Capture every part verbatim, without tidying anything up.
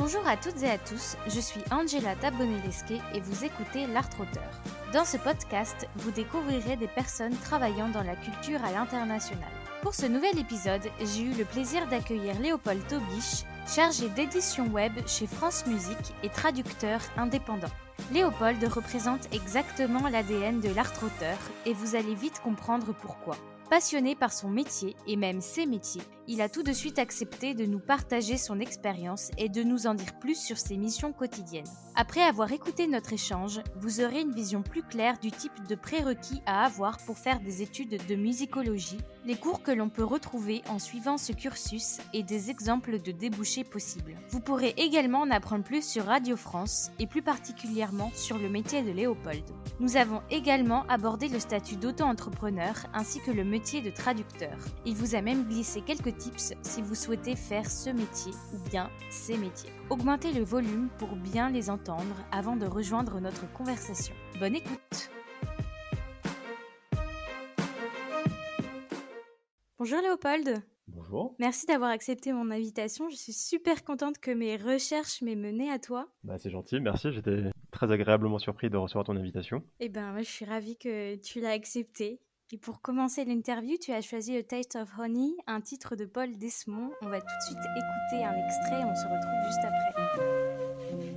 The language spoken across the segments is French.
Bonjour à toutes et à tous, je suis Angela Tabonelesque et vous écoutez l'Art-Auteur. Dans ce podcast, vous découvrirez des personnes travaillant dans la culture à l'international. Pour ce nouvel épisode, j'ai eu le plaisir d'accueillir Léopold Tobisch, chargé d'édition web chez France Musique et traducteur indépendant. Léopold représente exactement l'A D N de l'Art-Auteur et vous allez vite comprendre pourquoi. Passionné par son métier et même ses métiers, il a tout de suite accepté de nous partager son expérience et de nous en dire plus sur ses missions quotidiennes. Après avoir écouté notre échange, vous aurez une vision plus claire du type de prérequis à avoir pour faire des études de musicologie, les cours que l'on peut retrouver en suivant ce cursus et des exemples de débouchés possibles. Vous pourrez également en apprendre plus sur Radio France et plus particulièrement sur le métier de Léopold. Nous avons également abordé le statut d'auto-entrepreneur ainsi que le métier de traducteur. Il vous a même glissé quelques tips si vous souhaitez faire ce métier ou bien ces métiers. Augmentez le volume pour bien les entendre avant de rejoindre notre conversation. Bonne écoute! Bonjour Léopold. Bonjour. Merci d'avoir accepté mon invitation. Je suis super contente que mes recherches m'aient menée à toi. Bah, c'est gentil, merci. J'étais très agréablement surpris de recevoir ton invitation. Eh ben, moi, je suis ravie que tu l'as accepté. Et pour commencer l'interview, tu as choisi A Taste of Honey, un titre de Paul Desmond. On va tout de suite écouter un extrait et on se retrouve juste après.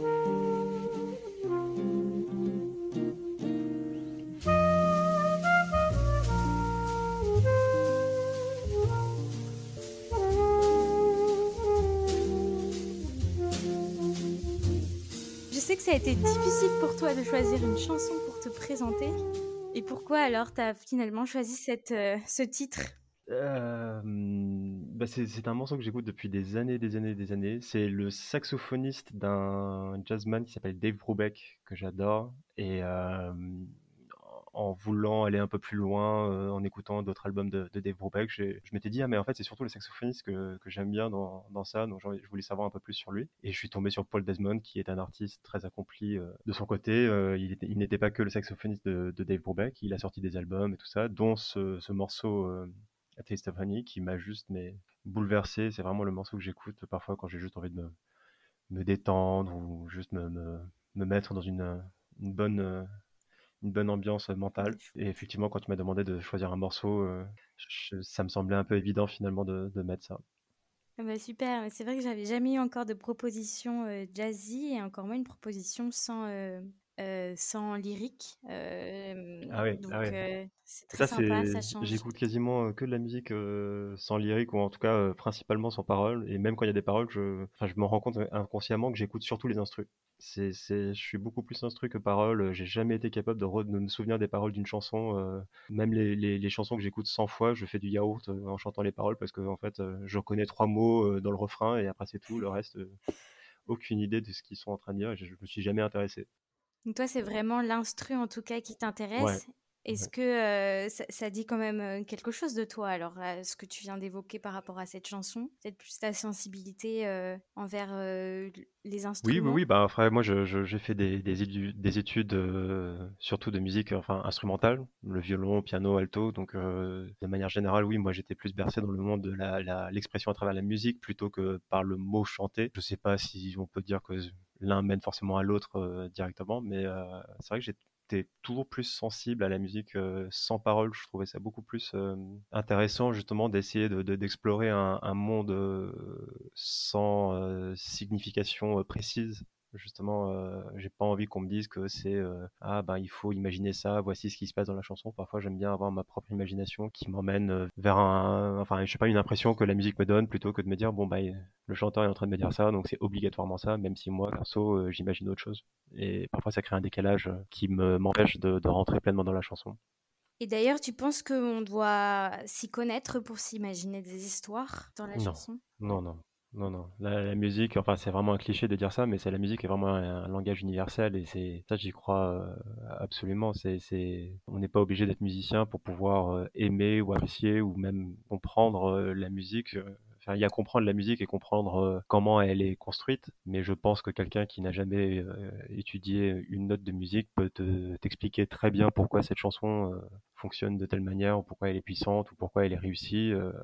Je sais que ça a été difficile pour toi de choisir une chanson pour te présenter. Et pourquoi alors tu as finalement choisi cette, euh, ce titre? Euh, bah c'est, c'est un morceau que j'écoute depuis des années, des années, des années. C'est le saxophoniste d'un jazzman qui s'appelle Dave Brubeck, que j'adore. Et euh, en voulant aller un peu plus loin, euh, en écoutant d'autres albums de, de Dave Brubeck, j'ai- je m'étais dit, ah mais en fait c'est surtout le saxophoniste que, que j'aime bien dans, dans ça, donc j'ai- je voulais savoir un peu plus sur lui. Et je suis tombé sur Paul Desmond, qui est un artiste très accompli euh, de son côté. Euh, il, était- il n'était pas que le saxophoniste de, de Dave Brubeck, il a sorti des albums et tout ça, dont ce, ce morceau euh, A Taste of Honey, qui m'a juste mais, bouleversé. C'est vraiment le morceau que j'écoute parfois quand j'ai juste envie de me, me détendre ou juste me, me, me mettre dans une, une bonne... euh, une bonne ambiance mentale. Et effectivement, quand tu m'as demandé de choisir un morceau, euh, je- ça me semblait un peu évident finalement de, de mettre ça. Ah bah super, c'est vrai que j'avais jamais eu encore de proposition euh, jazzy et encore moins une proposition sans, euh, euh, sans lyrique. Euh, Ah ouais, ah donc ouais. euh, c'est très Ça, sympa, c'est, ça change. j'écoute quasiment euh, que de la musique euh, sans lyrique, ou en tout cas euh, principalement sans paroles. Et même quand il y a des paroles, je, enfin, je me rends compte inconsciemment que j'écoute surtout les instrus. C'est, c'est, je suis beaucoup plus instru que paroles. J'ai jamais été capable de, re- de me souvenir des paroles d'une chanson. euh, même les, les, les chansons que j'écoute cent fois, je fais du yaourt euh, en chantant les paroles parce que en fait, euh, je connais trois mots euh, dans le refrain et après c'est tout. Le reste, euh, aucune idée de ce qu'ils sont en train de dire. Et je, je me suis jamais intéressé. Donc toi, c'est vraiment l'instru en tout cas qui Ouais. t'intéresse. Est-ce Ouais. que euh, ça, ça dit quand même euh, quelque chose de toi alors, là, ce que tu viens d'évoquer par rapport à cette chanson? Peut-être plus ta sensibilité euh, envers euh, les Oui, oui, instruments? oui. Bah après, moi, je, je- j'ai fait des, des édu- des études, euh, surtout de musique, enfin instrumentale, le violon, piano, alto. Donc, euh, de manière générale, oui, moi, j'étais plus bercé dans le monde de la, la- l'expression à travers la musique plutôt que par le mot chanté. Je sais pas si on peut dire que l'un mène forcément à l'autre euh, directement, mais euh, c'est vrai que j'étais toujours plus sensible à la musique euh, sans parole. Je trouvais ça beaucoup plus euh, intéressant, justement, d'essayer de, de- d'explorer un, un monde euh, sans euh, signification euh, précise. Justement, euh, j'ai pas envie qu'on me dise que c'est euh, ah ben il faut imaginer ça, voici ce qui se passe dans la chanson. Parfois, j'aime bien avoir ma propre imagination qui m'emmène euh, vers un, enfin, je sais pas, une impression que la musique me donne plutôt que de me dire bon bah le chanteur est en train de me dire ça, donc c'est obligatoirement ça, même si moi perso euh, j'imagine autre chose. Et parfois, ça crée un décalage euh, qui me m'empêche de, de rentrer pleinement dans la chanson. Et d'ailleurs, tu penses qu'on doit s'y connaître pour s'imaginer des histoires dans la Non, chanson? non, non, non, non. La, la musique, enfin, c'est vraiment un cliché de dire ça, mais c'est la musique est vraiment un, un langage universel et c'est ça, j'y crois euh, absolument. C'est, c'est, on n'est pas obligé d'être musicien pour pouvoir euh, aimer ou apprécier ou même comprendre euh, la musique. euh. Enfin, il y a comprendre la musique et comprendre euh, comment elle est construite, mais je pense que quelqu'un qui n'a jamais euh, étudié une note de musique peut te, t'expliquer très bien pourquoi cette chanson euh, fonctionne de telle manière, ou pourquoi elle est puissante, ou pourquoi elle est réussie. euh,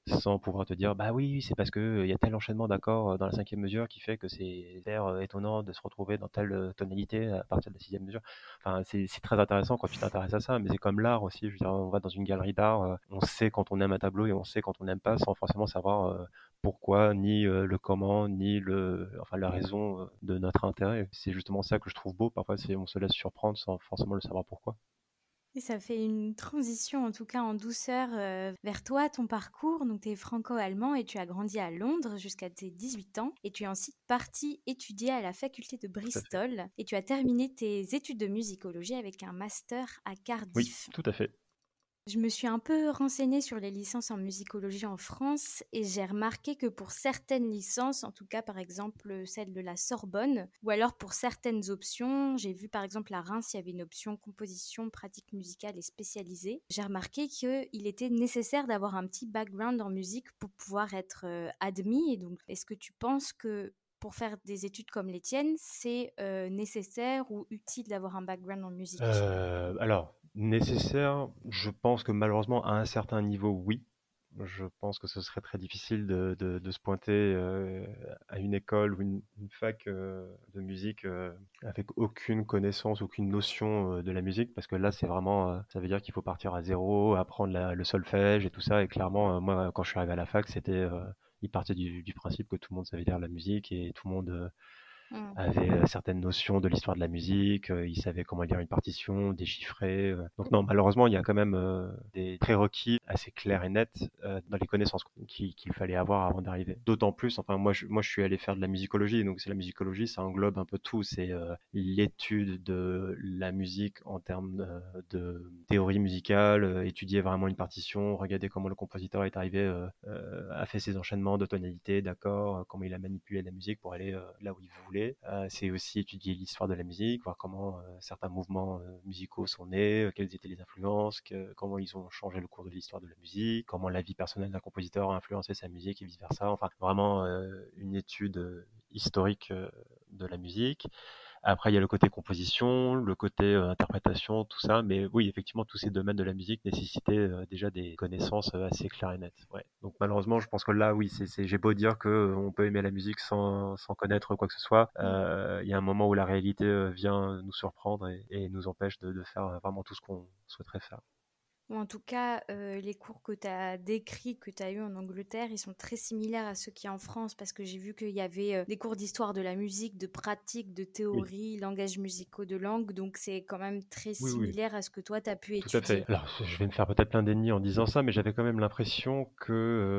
sans pouvoir te dire: «Bah oui, c'est parce qu'il y a tel enchaînement d'accords, heu, dans la cinquième mesure qui fait que c'est hyper, heu, étonnant de se retrouver dans telle, heu, tonalité à partir de la sixième mesure». Enfin, c'est c'est très intéressant quand tu t'intéresses à ça, mais c'est comme l'art aussi. Je veux dire, on va dans une galerie d'art, heu, on sait quand on aime un tableau et on sait quand on n'aime pas sans forcément savoir, heu, pourquoi, ni, heu, le comment, ni le enfin la raison, heu, de notre intérêt. C'est justement ça que je trouve beau. Parfois, c'est on se laisse surprendre sans forcément le savoir pourquoi. Et ça fait une transition, en tout cas en douceur, heu, vers toi, ton parcours. Donc tu es franco-allemand et tu as grandi à Londres jusqu'à tes dix-huit ans et tu es ensuite parti étudier à la faculté de Tout à fait. Bristol et tu as terminé tes études de musicologie avec un master à Oui, Cardiff. tout à fait. Je me suis un peu renseignée sur les licences en musicologie en France et j'ai remarqué que pour certaines licences, en tout cas par exemple celle de la Sorbonne, ou alors pour certaines options, j'ai vu par exemple à Reims, il y avait une option composition, pratique musicale et spécialisée. J'ai remarqué qu'il était nécessaire d'avoir un petit background en musique pour pouvoir être euh, admis. Et donc, est-ce que tu penses que pour faire des études comme les tiennes, c'est euh, nécessaire ou utile d'avoir un background en musique? Heu, alors, nécessaire, je pense que malheureusement à un certain niveau, oui. Je pense que ce serait très difficile de de de se pointer, heu, à une école ou une une fac, heu, de musique, heu, avec aucune connaissance, aucune notion, heu, de la musique. Parce que là, c'est vraiment, heu, ça veut dire qu'il faut partir à zéro, apprendre la le solfège et tout ça. Et clairement, heu, moi, quand je suis arrivé à la fac, c'était, heu, ils partaient du du principe que tout le monde savait lire la musique et tout le monde, heu Hmm. avait euh, certaines notions de l'histoire de la musique, euh, il savait comment lire une partition, déchiffrer. euh. Donc non, malheureusement, il y a quand même euh, des prérequis assez clairs et nets euh, dans les connaissances qu'il qu'il fallait avoir avant d'arriver. D'autant plus, enfin moi je, moi je suis allé faire de la musicologie, donc c'est la musicologie, ça englobe un peu tout, c'est euh, l'étude de la musique en termes euh, de théorie musicale, euh, étudier vraiment une partition, regarder comment le compositeur est arrivé, euh, euh, a fait ses enchaînements de tonalités, d'accords, euh, comment il a manipulé la musique pour aller euh, là où il voulait. Euh, c'est aussi étudier l'histoire de la musique, voir comment euh, certains mouvements euh, musicaux sont nés, euh, quelles étaient les influences, que, comment ils ont changé le cours de l'histoire de la musique, comment la vie personnelle d'un compositeur a influencé sa musique et vice versa. Enfin, vraiment euh, une étude euh, historique euh, de la musique. Après, il y a le côté composition, le côté euh, interprétation, tout ça. Mais oui, effectivement, tous ces domaines de la musique nécessitaient euh, déjà des connaissances euh, assez claires et nettes. Ouais. Donc malheureusement, je pense que là, oui, c'est, c'est, j'ai beau dire que euh, on peut aimer la musique sans, sans connaître quoi que ce soit. Mm. Euh, Il y a un moment où la réalité euh, vient nous surprendre et, et nous empêche de, de faire vraiment tout ce qu'on souhaiterait faire. Ou en tout cas, heu, les cours que tu as décrits, que tu as eus en Angleterre, ils sont très similaires à ceux qu'il y a en France parce que j'ai vu qu'il y avait, heu, des cours d'histoire de la musique, de pratique, de Oui, théorie, langages musicaux de langue, donc c'est quand même très oui, oui. similaire à ce que toi tu as pu Tout à fait. étudier. Alors, je vais me faire peut-être plein d'ennemis en disant ça, mais j'avais quand même l'impression que,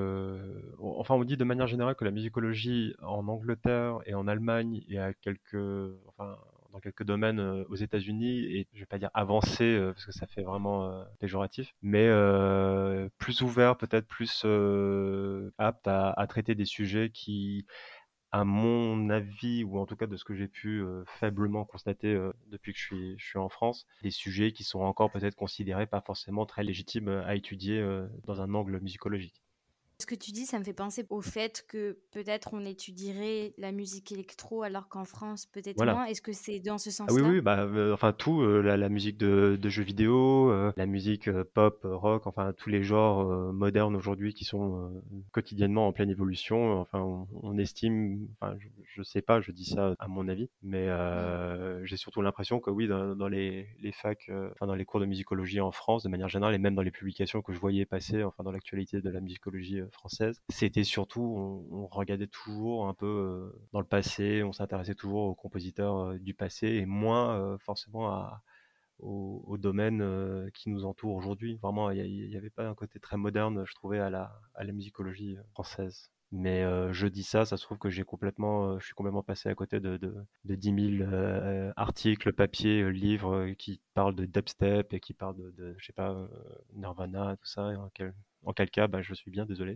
euh, on- enfin, on dit de manière générale que la musicologie en Angleterre et en Allemagne et à quelques, enfin, dans quelques domaines euh, aux États-Unis est, je vais pas dire avancée euh, parce que ça fait vraiment euh, péjoratif, mais euh, plus ouvert, peut-être plus euh, apte à, à traiter des sujets qui à mon avis, ou en tout cas de ce que j'ai pu euh, faiblement constater euh, depuis que je suis, je suis en France, des sujets qui sont encore peut-être considérés pas forcément très légitimes euh, à étudier euh, dans un angle musicologique. Ce que tu dis, ça me fait penser au fait que peut-être on étudierait la musique électro alors qu'en France peut-être Voilà. moins. Est-ce que c'est dans ce Ah oui, sens-là? oui, bah, euh, enfin tout, euh, la, la musique de, de jeux vidéo, euh, la musique euh, pop, euh, rock, enfin tous les genres euh, modernes aujourd'hui qui sont euh, quotidiennement en pleine évolution. Enfin, on, on estime, enfin, je, je sais pas, je dis ça à mon avis, mais Mmh. euh, j'ai surtout l'impression que oui, dans, dans les, les facs, euh, enfin dans les cours de musicologie en France, de manière générale, et même dans les publications que je voyais passer, enfin dans l'actualité de la musicologie euh, française, c'était surtout, on, on regardait toujours un peu euh, dans le passé, on s'intéressait toujours aux compositeurs euh, du passé et moins euh, forcément à, au, au domaine euh, qui nous entoure aujourd'hui. Vraiment, il n'y avait pas un côté très moderne, je trouvais, à la, à la musicologie euh, française. Mais euh, je dis ça, ça se trouve que j'ai complètement, euh, je suis complètement passé à côté de, de, de dix mille euh, articles, papiers, euh, livres euh, qui parlent de dubstep et qui parlent de, de je sais pas, euh, Nirvana, tout ça. Et en quel, en quel cas, bah, je suis bien désolé.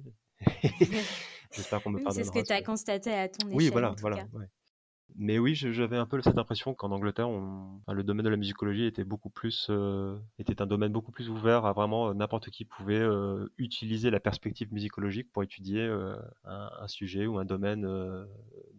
J'espère qu'on me Oui, c'est ce que pardonnera. tu as constaté à ton Oui, échelle en voilà, tout voilà. cas. Ouais. Mais oui, je- j'avais un peu cette impression qu'en Angleterre, on- enfin, le domaine de la musicologie était beaucoup plus, euh, était un domaine beaucoup plus ouvert à vraiment euh, n'importe qui pouvait euh, utiliser la perspective musicologique pour étudier euh, un, un sujet ou un domaine euh,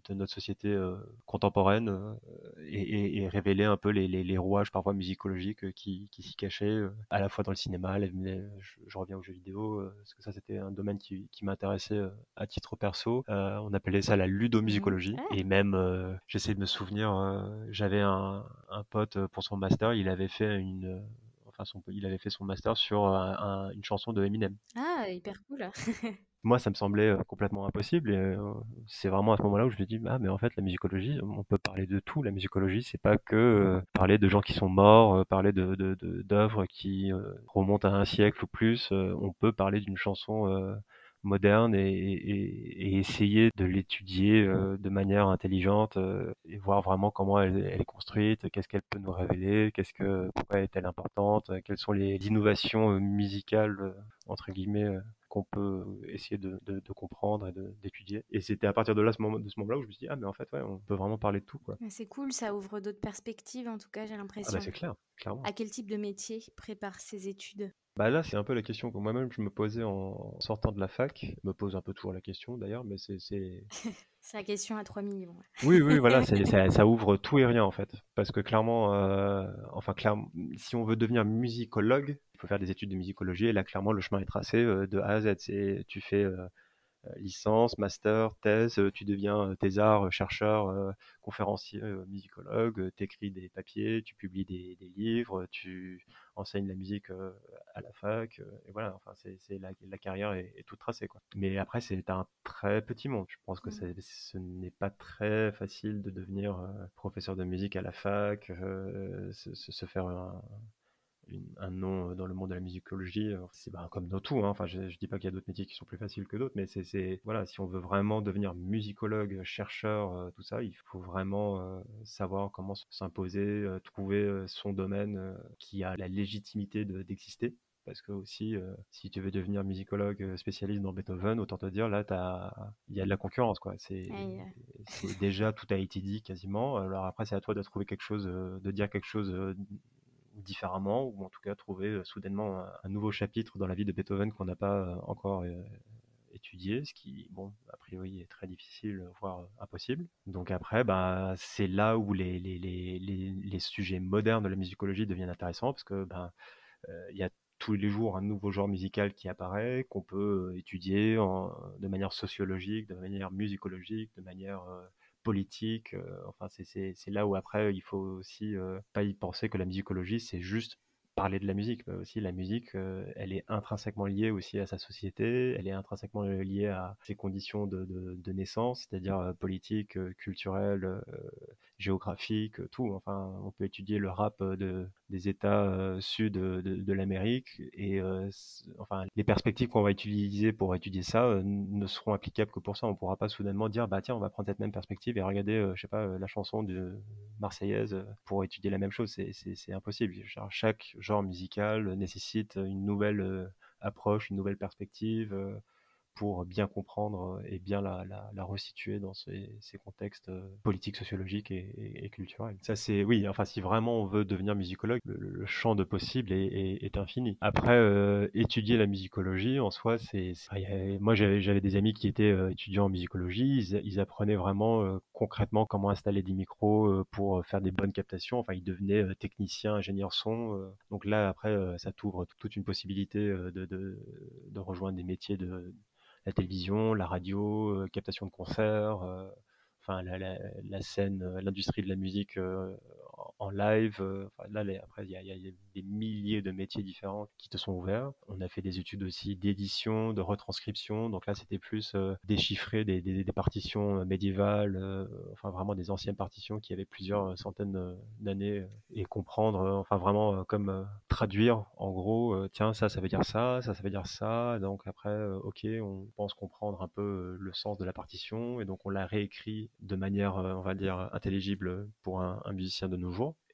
de notre société euh, contemporaine euh, et, et- et révéler un peu les, les- les rouages parfois musicologiques euh, qui, qui s'y cachaient, euh, à la fois dans le cinéma, les- les- je, je reviens aux jeux vidéo, euh, parce que ça c'était un domaine qui, qui m'intéressait euh, à titre perso. Euh, on appelait ça la Mhm. ludomusicologie, Ah, et même, euh, j'essaie de me souvenir, euh, j'avais un, un pote euh, pour son master, il avait fait une... euh, Enfin, son- il avait fait son master sur un- un- une chanson de Eminem. ah, hyper cool. Moi, ça me semblait euh, complètement impossible et euh, c'est vraiment à ce moment-là où je me dis, ah, mais en fait, la musicologie, on peut parler de tout. La musicologie, c'est pas que euh, parler de gens qui sont morts, euh, parler de, de, de- d'œuvres qui euh, remontent à un siècle ou plus. Euh, on peut parler d'une chanson euh, moderne et, et- et essayer de l'étudier euh, de manière intelligente euh, et voir vraiment comment elle, elle est construite, qu'est-ce qu'elle peut nous révéler, qu'est-ce que, pourquoi est-elle importante, euh, quelles sont les innovations euh, musicales, euh, entre guillemets, euh, qu'on peut essayer de, de- de comprendre et de- d'étudier. Et c'était à partir de là, ce moment, de ce moment-là, où je me suis dit, ah, mais en fait, ouais, on peut vraiment parler de tout, quoi. C'est cool, ça ouvre d'autres perspectives, en tout cas, j'ai Ah bah l'impression. c'est clair, clairement. À quel type de métier prépare ces études? Bah là, c'est un peu la question que moi-même je me posais en sortant de la fac. Je me pose un peu toujours la question d'ailleurs, mais c'est, c'est... C'est la question à trois millions. Oui, oui, voilà, c'est, ça, ça ouvre tout et rien en fait. Parce que clairement, euh, enfin, clairement, si on veut devenir musicologue, il faut faire des études de musicologie, et là, clairement, le chemin est tracé euh, de A à Z. C'est, tu fais euh, euh, licence, master, thèse, euh, tu deviens euh, thésard, euh, chercheur, euh, conférencier, euh, musicologue, tu écris des papiers, tu publies des, des livres, tu enseignes la musique euh, à la fac, euh, et voilà, enfin, c'est, c'est la, la carrière est, est toute tracée, quoi. Mais après, c'est un très petit monde. Je pense que Mm. c'est- ce n'est pas très facile de devenir euh, professeur de musique à la fac, euh, se, se- se faire un, une- un nom euh, dans le monde de la musicologie. euh, C'est bah, comme dans tout, hein. Enfin, je, je dis pas qu'il y a d'autres métiers qui sont plus faciles que d'autres, mais c'est, c'est- voilà, si on veut vraiment devenir musicologue, chercheur, euh, tout ça, il faut vraiment euh, savoir comment s- s'imposer, euh, trouver euh, son domaine euh, qui a la légitimité de- d'exister. Parce que aussi, euh, si tu veux devenir musicologue euh, spécialiste dans Beethoven, autant te dire, là, t'as... il y a de la concurrence, quoi. C'est, Aïe. c'est déjà tout a été dit quasiment. Alors après, c'est à toi de trouver quelque chose, euh, de dire quelque chose euh, différemment, ou en tout cas trouver euh, soudainement un, un nouveau chapitre dans la vie de Beethoven qu'on n'a pas euh, encore euh, étudié, ce qui, bon, a priori est très difficile, voire euh, impossible. Donc après, bah, c'est là où les, les, les, les, les sujets modernes de la musicologie deviennent intéressants, parce que ben, euh, il y a tous les jours un nouveau genre musical qui apparaît, qu'on peut euh, étudier en, de manière sociologique, de manière musicologique, de manière euh, politique. euh, enfin, c'est c'est- c'est là où après, il faut aussi euh, pas y penser que la musicologie, c'est juste parler de la musique. Mais aussi, la musique, euh, elle est intrinsèquement liée aussi à sa société, elle est intrinsèquement liée à ses conditions de, de, de naissance, c'est-à-dire euh, politique, euh, culturelle, euh, géographique, euh, tout. Enfin, on peut étudier le rap euh, de, des États euh, sud de, de, de l'Amérique et euh, enfin, les perspectives qu'on va utiliser pour étudier ça euh, ne seront applicables que pour ça. On ne pourra pas soudainement dire, bah tiens, on va prendre cette même perspective et regarder, euh, je sais pas, euh, la chanson de Marseillaise euh, pour étudier la même chose. C'est, c'est, c'est impossible. Genre, chaque genre musical nécessite une nouvelle euh, approche, une nouvelle perspective. Euh, pour bien comprendre et bien la, la, la resituer dans ces, ces contextes euh, politiques, sociologiques et, et, et culturels. Ça, c'est, oui, enfin, si vraiment on veut devenir musicologue, le, le champ de possibles est, est, est infini. Après, euh, étudier la musicologie, en soi, c'est... c'est moi, j'avais, j'avais des amis qui étaient euh, étudiants en musicologie, ils, ils apprenaient vraiment euh, concrètement comment installer des micros euh, pour faire des bonnes captations, enfin, ils devenaient euh, techniciens, ingénieurs son. Euh, donc là, après, euh, ça t'ouvre toute une possibilité euh, de, de, de rejoindre des métiers de la télévision, la radio, euh, captation de concerts, euh, enfin la, la, la scène, euh, l'industrie de la musique euh, en, en live. Euh, enfin, là, les, après, il y a, y a des milliers de métiers différents qui te sont ouverts. On a fait des études aussi d'édition, de retranscription. Donc là, c'était plus euh, déchiffrer des, des, des partitions médiévales, euh, enfin vraiment des anciennes partitions qui avaient plusieurs centaines d'années, euh, et comprendre, euh, enfin vraiment euh, comme euh, traduire en gros, euh, tiens, ça, ça veut dire ça, ça, ça veut dire ça. Donc après, euh, ok, on pense comprendre un peu euh, le sens de la partition et donc on la réécrit de manière, euh, on va dire, intelligible pour un, un musicien de nos jours.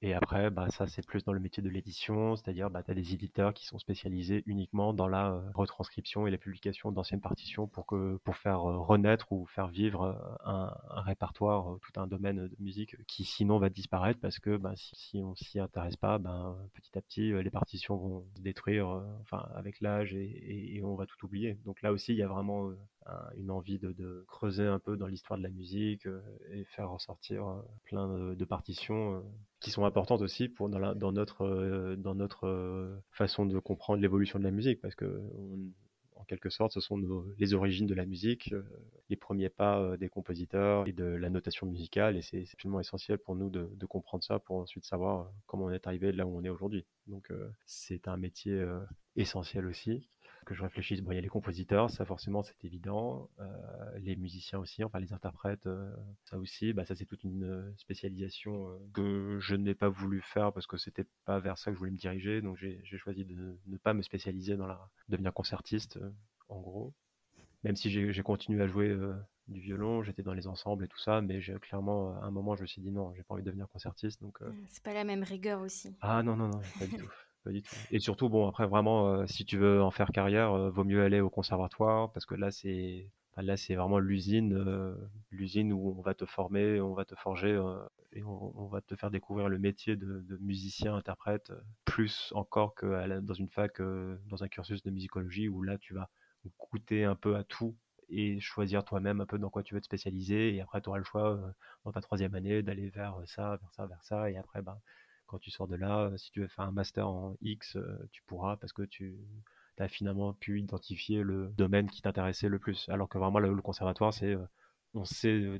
Et après, bah, ça, c'est plus dans le métier de l'édition, c'est-à-dire, bah, tu as des éditeurs qui sont spécialisés uniquement dans la euh, retranscription et la publication d'anciennes partitions pour que, pour faire euh, renaître ou faire vivre euh, un, un répertoire, euh, tout un domaine de musique qui sinon va disparaître parce que, bah, si, si on s'y intéresse pas, ben, petit à petit, euh, les partitions vont se détruire, euh, enfin, avec l'âge et, et, et on va tout oublier. Donc là aussi, il y a vraiment euh, un- une envie de, de creuser un peu dans l'histoire de la musique euh, et faire ressortir euh, plein de, de partitions euh, qui sont importantes aussi pour dans, la, dans notre, euh, dans notre euh, façon de comprendre l'évolution de la musique, parce que on- en quelque sorte, ce sont nos- les origines de la musique, euh, les premiers pas euh, des compositeurs et de la notation musicale, et c'est c'est absolument essentiel pour nous de, de comprendre ça pour ensuite savoir euh, comment on est arrivé là où on est aujourd'hui. Donc euh, c'est un métier euh, essentiel aussi. Que je réfléchisse, bon, il y a les compositeurs, ça forcément c'est évident, euh, les musiciens aussi, enfin les interprètes, euh, ça aussi, bah, ça c'est toute une euh, spécialisation euh, que je n'ai pas voulu faire parce que c'était pas vers ça que je voulais me diriger, donc j'ai j'ai choisi de ne, ne pas me spécialiser dans la devenir concertiste euh, en gros. Même si j'ai j'ai continué à jouer euh, du violon, j'étais dans les ensembles et tout ça, mais j'ai clairement à un moment je me suis dit non, j'ai pas envie de devenir concertiste, donc euh, C'est pas la même rigueur aussi. ah non non non, pas du tout. Pas du tout. Et surtout, bon, après, vraiment, euh, si tu veux en faire carrière, euh, vaut mieux aller au conservatoire, parce que là, c'est, enfin, là, c'est vraiment l'usine, euh, l'usine où on va te former, on va te forger, euh, et on, on va te faire découvrir le métier de, de musicien, interprète, euh, plus encore que à la- dans une fac, euh, dans un cursus de musicologie, où là, tu vas goûter un peu à tout et choisir toi-même un peu dans quoi tu veux te spécialiser, et après, tu auras le choix, euh, dans ta troisième année, d'aller vers ça, vers ça, vers ça, et après, bah, quand tu sors de là, euh, si tu veux faire un master en X, euh, tu pourras parce que tu as finalement pu identifier le domaine qui t'intéressait le plus. Alors que vraiment, le, le conservatoire, c'est euh, on sait euh,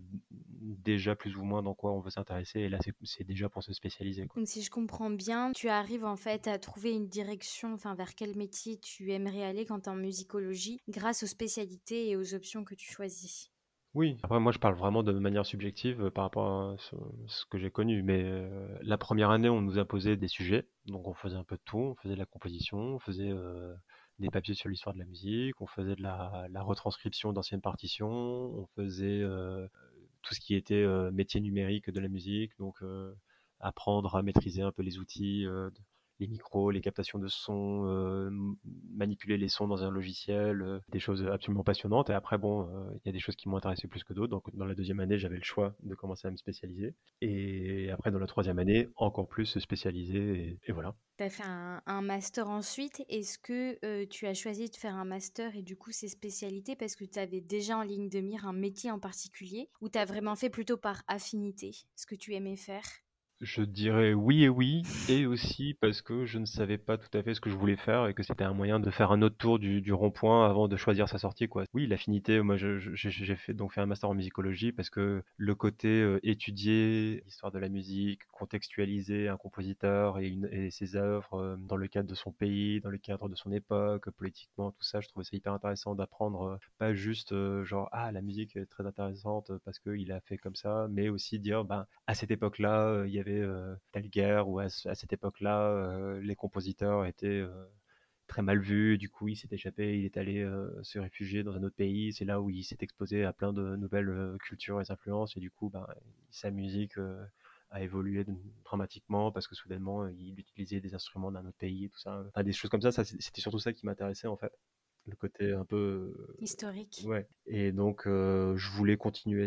déjà plus ou moins dans quoi on veut s'intéresser et là, c'est c'est déjà pour se spécialiser, quoi. Donc si je comprends bien, tu arrives en fait à trouver une direction, enfin vers quel métier tu aimerais aller quand t'es en musicologie, grâce aux spécialités et aux options que tu choisis. Oui, après, moi, je parle vraiment de manière subjective euh, par rapport à ce, ce que j'ai connu. Mais euh, la première année, on nous imposait des sujets. Donc, on faisait un peu de tout. On faisait de la composition, on faisait euh, des papiers sur l'histoire de la musique, on faisait de la, la retranscription d'anciennes partitions, on faisait euh, tout ce qui était euh, métier numérique de la musique. Donc, euh, apprendre à maîtriser un peu les outils, euh, de- les micros, les captations de son, euh, m- manipuler les sons dans un logiciel, euh, des choses absolument passionnantes. Et après, bon, euh, il y a des choses qui m'ont intéressé plus que d'autres. Donc, dans la deuxième année, j'avais le choix de commencer à me spécialiser. Et après, dans la troisième année, encore plus se spécialiser. Et, et voilà. Tu as fait un, un master ensuite. Est-ce que euh, tu as choisi de faire un master et du coup ces spécialités parce que tu avais déjà en ligne de mire un métier en particulier ou tu as vraiment fait plutôt par affinité ce que tu aimais faire? Je dirais oui et oui, et aussi parce que je ne savais pas tout à fait ce que je voulais faire et que c'était un moyen de faire un autre tour du, du rond-point avant de choisir sa sortie, quoi. Oui, l'affinité, moi je- je- j'ai j'ai fait donc fait un master en musicologie parce que le côté euh, étudier l'histoire de la musique, contextualiser un compositeur et, une- et ses œuvres euh, dans le cadre de son pays, dans le cadre de son époque, politiquement, tout ça, je trouvais ça hyper intéressant d'apprendre euh, pas juste euh, genre ah la musique est très intéressante parce qu'il a fait comme ça, mais aussi dire ben à cette époque-là euh, il y avait euh, telle guerre ou à, ce- à cette époque-là euh, les compositeurs étaient euh, très mal vus, du coup il s'est échappé, il est allé euh, se réfugier dans un autre pays, c'est là où il s'est exposé à plein de nouvelles euh, cultures et influences et du coup ben, sa musique euh, a évolué dramatiquement parce que soudainement il utilisait des instruments d'un autre pays, tout ça, enfin, des choses comme ça, ça c'était surtout ça qui m'intéressait en fait, le côté un peu euh, Historique. ouais. Et donc euh, je voulais continuer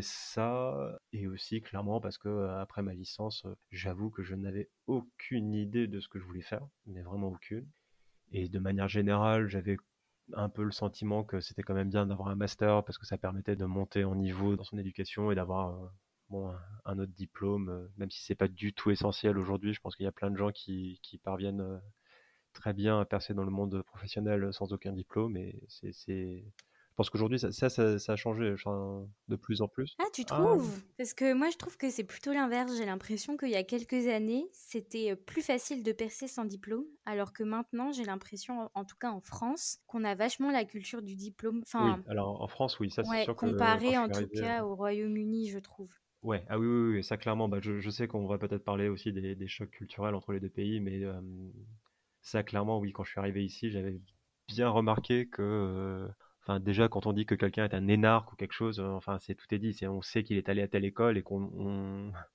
ça et aussi clairement parce que euh, après ma licence, euh, j'avoue que je n'avais aucune idée de ce que je voulais faire, mais vraiment aucune. Et de manière générale, j'avais un peu le sentiment que c'était quand même bien d'avoir un master parce que ça permettait de monter en niveau dans son éducation et d'avoir euh, bon, un, un autre diplôme, euh, même si c'est pas du tout essentiel aujourd'hui. Je pense qu'il y a plein de gens qui, qui parviennent euh, très bien à percer dans le monde professionnel sans aucun diplôme. Et c'est, c'est... Je pense qu'aujourd'hui, ça, ça, ça, ça a changé enfin, de plus en plus. Ah, tu Ah, trouves? Parce que moi, je trouve que c'est plutôt l'inverse. J'ai l'impression qu'il y a quelques années, c'était euh, plus facile de percer sans diplôme, alors que maintenant, j'ai l'impression, en en tout cas en France, qu'on a vachement la culture du diplôme. oui, Enfin, alors en France, oui, ça c'est ouais, sûr que quand comparé je en suis tout arrivé. euh, cas au Royaume-Uni, je trouve. Ouais, ah oui, oui, oui, ça clairement, bah, je, je sais qu'on va peut-être parler aussi des, des chocs culturels entre les deux pays, mais euh, ça clairement, oui, quand je suis arrivé ici, j'avais bien remarqué que, euh, enfin déjà quand on dit que quelqu'un est un énarque ou quelque chose, euh, enfin c'est tout est dit, c'est on sait qu'il est allé à telle école et qu'on on,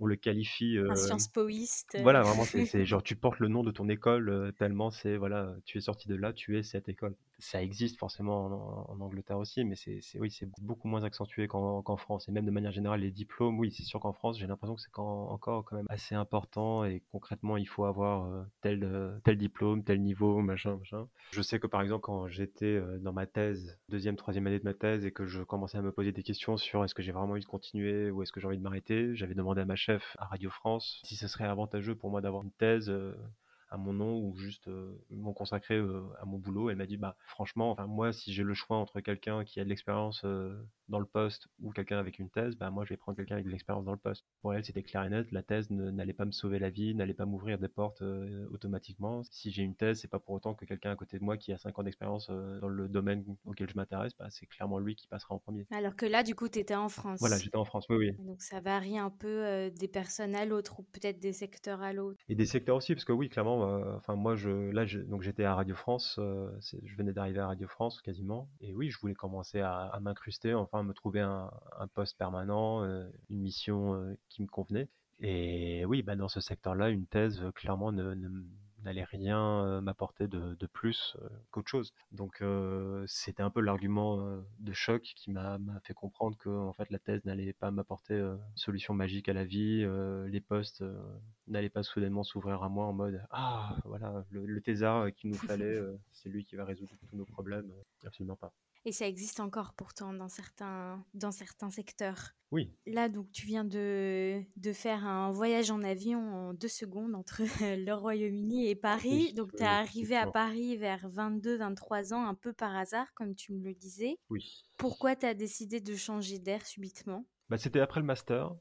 on le qualifie, Un heu Sciences Poiste. heu. voilà, vraiment, c'est c'est genre tu portes le nom de ton école, heu, tellement c'est voilà, tu es sorti de là, tu es cette école. Ça existe forcément en en Angleterre aussi, mais c'est c'est oui, c'est beaucoup moins accentué qu'en qu'en France et même de manière générale, les diplômes, oui, c'est sûr qu'en France, j'ai l'impression que c'est quand encore quand même assez important et concrètement, il faut avoir, heu, tel, heu, tel diplôme, tel niveau, machin, machin. Je sais que par exemple, quand j'étais, heu, dans ma thèse, deuxième, troisième année de ma thèse et que je commençais à me poser des questions sur est-ce que j'ai vraiment envie de continuer ou est-ce que j'ai envie de m'arrêter, j'avais demandé à ma chef à Radio France si ce serait avantageux pour moi d'avoir une thèse, heu, à mon nom ou juste, heu, m'en consacrer, heu, à mon boulot. Elle m'a dit: «Bah, franchement, enfin moi, si j'ai le choix entre quelqu'un qui a de l'expérience, heu, dans le poste ou quelqu'un avec une thèse, bah, moi je vais prendre quelqu'un avec de l'expérience dans le poste». Pour elle, c'était clair et net, la thèse ne n'allait pas me sauver la vie, n'allait pas m'ouvrir des portes, heu, automatiquement. Si j'ai une thèse, c'est pas pour autant que quelqu'un à côté de moi qui a cinq ans d'expérience, heu, dans le domaine auquel je m'intéresse, bah, c'est clairement lui qui passera en premier. Alors que là, du coup, tu étais en Voilà, France. j'étais en France, oui, oui. Donc ça varie un peu, heu, des personnes à l'autre ou peut-être des secteurs à l'autre. Et des secteurs aussi, parce que oui, clairement, euh, enfin moi, je, là, je- donc j'étais à Radio France, euh, c'est- je venais d'arriver à Radio France quasiment, et oui, je voulais commencer à, à m'incruster, enfin, à me trouver un, un poste permanent, euh, une mission euh, qui me convenait. Et oui, bah, dans ce secteur-là, une thèse, euh, clairement, ne, ne- n'allait rien euh, m'apporter de, de plus euh, qu'autre chose. Donc, euh, c'était un peu l'argument euh, de choc qui m'a m'a fait comprendre que en fait, la thèse n'allait pas m'apporter euh, une solution magique à la vie, euh, les postes. euh, n'allait pas soudainement s'ouvrir à moi en mode ah voilà le, le thésard qu'il nous fallait, euh, c'est lui qui va résoudre tous nos problèmes. Euh, absolument pas. Et ça existe encore pourtant dans certains dans certains secteurs. Oui, Là, donc, tu viens de, de faire un voyage en avion en deux secondes entre le Royaume-Uni et Paris. oui, Donc, tu es oui, arrivé à effectivement. Paris vers vingt-deux, vingt-trois ans, un peu par hasard, comme tu me le disais. Oui. Pourquoi tu as décidé de changer d'air subitement? Bah, c'était après le master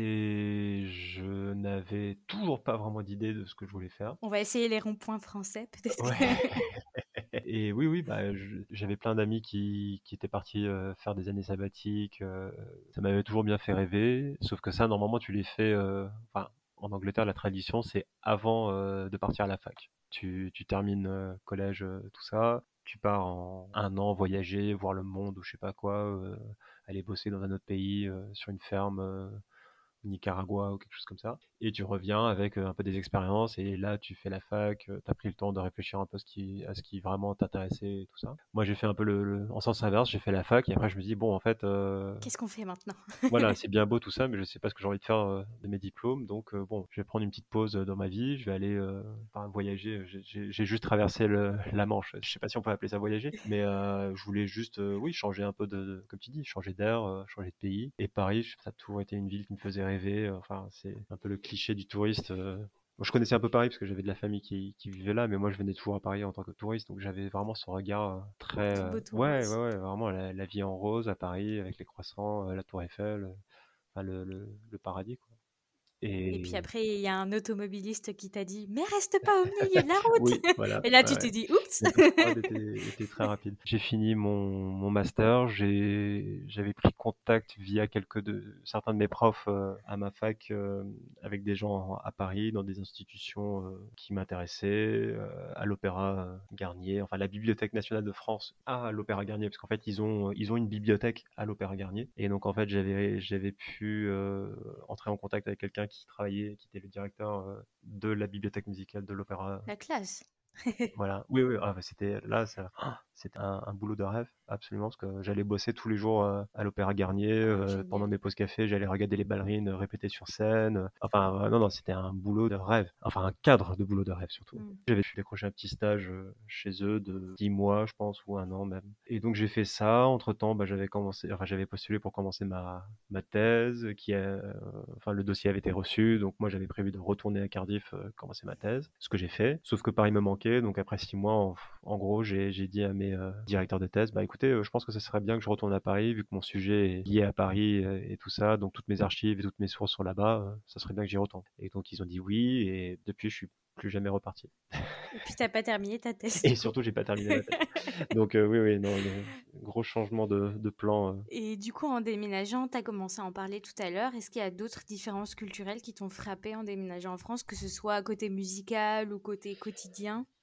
et je n'avais toujours pas vraiment d'idée de ce que je voulais faire. On va essayer les ronds-points français, peut-être Ouais. que... Et oui, oui, bah, je- j'avais plein d'amis qui, qui étaient partis euh, faire des années sabbatiques. Euh, ça m'avait toujours bien fait rêver. Sauf que ça, normalement, tu les fais. euh, Enfin, en Angleterre, la tradition, c'est avant euh, de partir à la fac. Tu, tu termines euh, collège, euh, tout ça. Tu pars en un an voyager, voir le monde ou je sais pas quoi, euh, aller bosser dans un autre pays, euh, sur une ferme. euh, Nicaragua ou quelque chose comme ça. Et tu reviens avec euh, un peu des expériences et là tu fais la fac, tu as pris le temps de réfléchir un peu à ce qui, à ce qui vraiment t'intéressait et tout ça. Moi j'ai fait un peu le, le- en sens inverse, j'ai fait la fac et après je me dis bon en fait euh, Qu'est-ce qu'on fait maintenant? voilà, c'est bien beau tout ça, mais je sais pas ce que j'ai envie de faire euh, de mes diplômes. Donc euh, bon, je vais prendre une petite pause euh, dans ma vie. Je vais aller euh, enfin, voyager. J'ai j'ai- j'ai juste traversé le, la Manche. Je sais pas si on peut appeler ça voyager, mais euh, je voulais juste, euh, oui, changer un peu de, de- comme tu dis, changer d'air, euh, changer de pays. Et Paris, je- ça a toujours été une ville qui me faisait rêver. Enfin, c'est un peu le cliché du touriste. euh. Bon, je connaissais un peu Paris parce que j'avais de la famille qui, qui vivait là, mais moi je venais toujours à Paris en tant que touriste, donc j'avais vraiment ce regard euh, très, Tout euh, beau ouais, ouais, touriste. ouais, vraiment la, la vie en rose à Paris avec les croissants, euh, la Tour Eiffel, euh, enfin le, le, le paradis quoi. Et puis Et après, il y a un automobiliste qui t'a dit, mais reste pas au milieu de la oui, route. voilà, Et là, ouais, tu ouais. t'es dit, oups. La douche froide était, était très rapide. J'ai fini mon, mon master, j'ai, j'avais pris contact via quelques de, certains de mes profs euh, à ma fac euh, avec des gens à Paris, dans des institutions euh, qui m'intéressaient, euh, à l'Opéra euh, Garnier, enfin la Bibliothèque nationale de France à l'Opéra Garnier, parce qu'en fait ils ont, ils ont une bibliothèque à l'Opéra Garnier. Et donc en fait j'avais, j'avais pu euh, entrer en contact avec quelqu'un qui travaillait, qui était le directeur euh, de la bibliothèque musicale de l'Opéra. La classe. Voilà. Oui, oui, ah, bah, c'était là, ça, ah, c'était un, un boulot de rêve, absolument, parce que j'allais bosser tous les jours euh, à l'Opéra Garnier. Ah, Euh, pendant génial. mes pauses café, j'allais regarder les ballerines euh, répéter sur scène. euh, Enfin, euh, non, non, c'était un boulot de rêve. Enfin, un cadre de boulot de rêve, surtout. Hmm. J'avais pu décrocher un petit stage euh, chez eux de dix mois, je pense, ou un an même. Et donc, j'ai fait ça. Entre-temps, bah, j'avais commencé, enfin, j'avais postulé pour commencer ma, ma thèse, qui a, euh, enfin, le dossier avait été reçu. Donc, moi, j'avais prévu de retourner à Cardiff, euh, commencer ma thèse, ce que j'ai fait. Sauf que Paris me manquait. Donc, après six mois, en, en gros, j'ai, j'ai dit à mes euh, directeurs de thèse, bah, écoutez, euh, je pense que ce serait bien que je retourne à Paris, vu que mon sujet est lié à Paris euh, et tout ça. Donc, toutes mes archives et toutes mes sources sont là-bas. Euh, ça serait bien que j'y retourne. Et donc, ils ont dit oui. Et depuis, je suis plus jamais reparti. Et puis, t'as pas terminé ta thèse, Et du coup. surtout, j'ai pas terminé ma thèse. Donc, euh, oui, oui, non, le gros changement de, de plan. euh, Et du coup, en déménageant, tu as commencé à en parler tout à l'heure. Est-ce qu'il y a d'autres différences culturelles qui t'ont frappé en déménageant en France, que ce soit côté musical ou côté quotidien?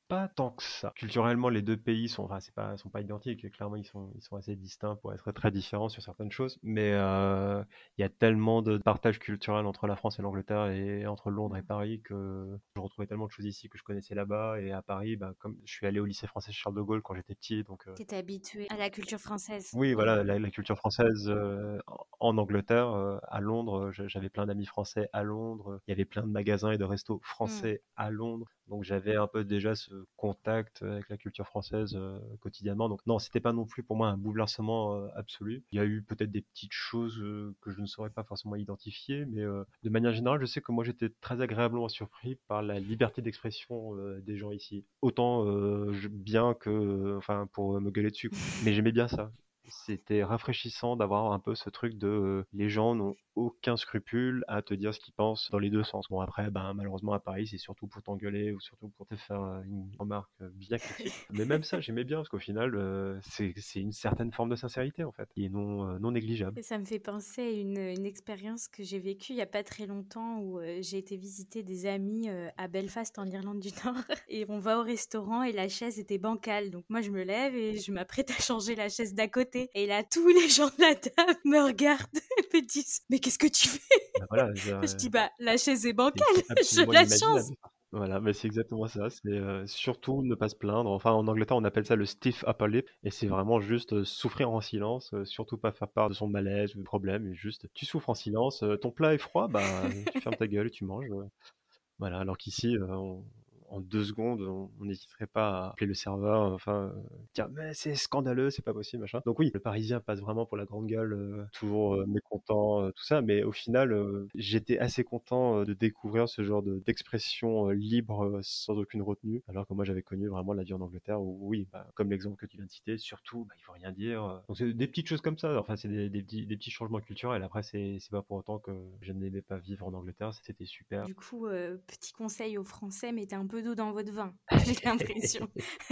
Pas tant que ça. Culturellement, les deux pays sont, enfin, c'est pas, sont pas identiques. Clairement, ils sont, ils sont assez distincts pour être très différents sur certaines choses. Mais euh, il y a tellement de partage culturel entre la France et l'Angleterre et entre Londres et Mm. Paris que je retrouvais tellement de choses ici que je connaissais là-bas. Et à Paris, bah, comme je suis allé au lycée français Charles de Gaulle quand j'étais petit, donc euh, T'étais habitué à la culture française. oui, Mm. voilà, la, la culture française euh, en en Angleterre, euh, à Londres, euh, j'avais plein d'amis français à Londres. Il y avait plein de magasins et de restos Mm. français à Londres. Donc j'avais un peu déjà ce contact avec la culture française euh, quotidiennement. Donc non, c'était pas non plus pour moi un bouleversement euh, absolu. Il y a eu peut-être des petites choses euh, que je ne saurais pas forcément identifier, mais euh, de manière générale, je sais que moi j'étais très agréablement surpris par la liberté d'expression euh, des gens ici. Autant euh, je- bien que, euh, enfin, pour me gueuler dessus, quoi. Mais j'aimais bien ça. C'était rafraîchissant d'avoir un peu ce truc de euh, les gens n'ont aucun scrupule à te dire ce qu'ils pensent dans les deux sens. Bon après, ben malheureusement à Paris, c'est surtout pour t'engueuler ou surtout pour te faire euh, une remarque euh, bien critique. Mais même ça, j'aimais bien parce qu'au final, euh, c'est c'est une certaine forme de sincérité en fait, qui est non euh, non négligeable. Et ça me fait penser à une, une expérience que j'ai vécue il y a pas très longtemps où euh, j'ai été visiter des amis euh, à Belfast en Irlande du Nord et on va au restaurant et la chaise était bancale. Donc moi je me lève et je m'apprête à changer la chaise d'à côté et là tous les gens de la table me regardent et me disent mais qu'est-ce que tu fais? Ben voilà, Je je- dis bah la chaise est c'est bancale, c'est je absolument la change. inimaginable. Voilà, mais c'est exactement ça. C'est euh, surtout ne pas se plaindre. Enfin, en Angleterre, on appelle ça le stiff upper lip, et c'est vraiment juste euh, souffrir en silence, euh, surtout pas faire part de son malaise ou de problème, et juste tu souffres en silence. Euh, ton plat est froid, bah tu fermes ta gueule et tu manges. euh, Voilà, alors qu'ici, euh, on- en deux secondes, on on n'hésiterait pas à appeler le serveur, enfin, euh, dire mais c'est scandaleux, c'est pas possible, machin. Donc oui, le Parisien passe vraiment pour la grande gueule, euh, toujours euh, mécontent, euh, tout ça, mais au final, euh, j'étais assez content euh, de découvrir ce genre de- d'expression euh, libre, euh, sans aucune retenue, alors que moi j'avais connu vraiment la vie en Angleterre où oui, bah, comme l'exemple que tu viens de citer, surtout, bah, il faut rien dire. euh. Donc c'est des petites choses comme ça, enfin c'est des, des petits, des petits changements culturels. Après, c'est c'est pas pour autant que je n'aimais pas vivre en Angleterre, c'était super. Du coup, euh, petit conseil aux Français, mettez un peu d'eau dans votre vin, j'ai l'impression.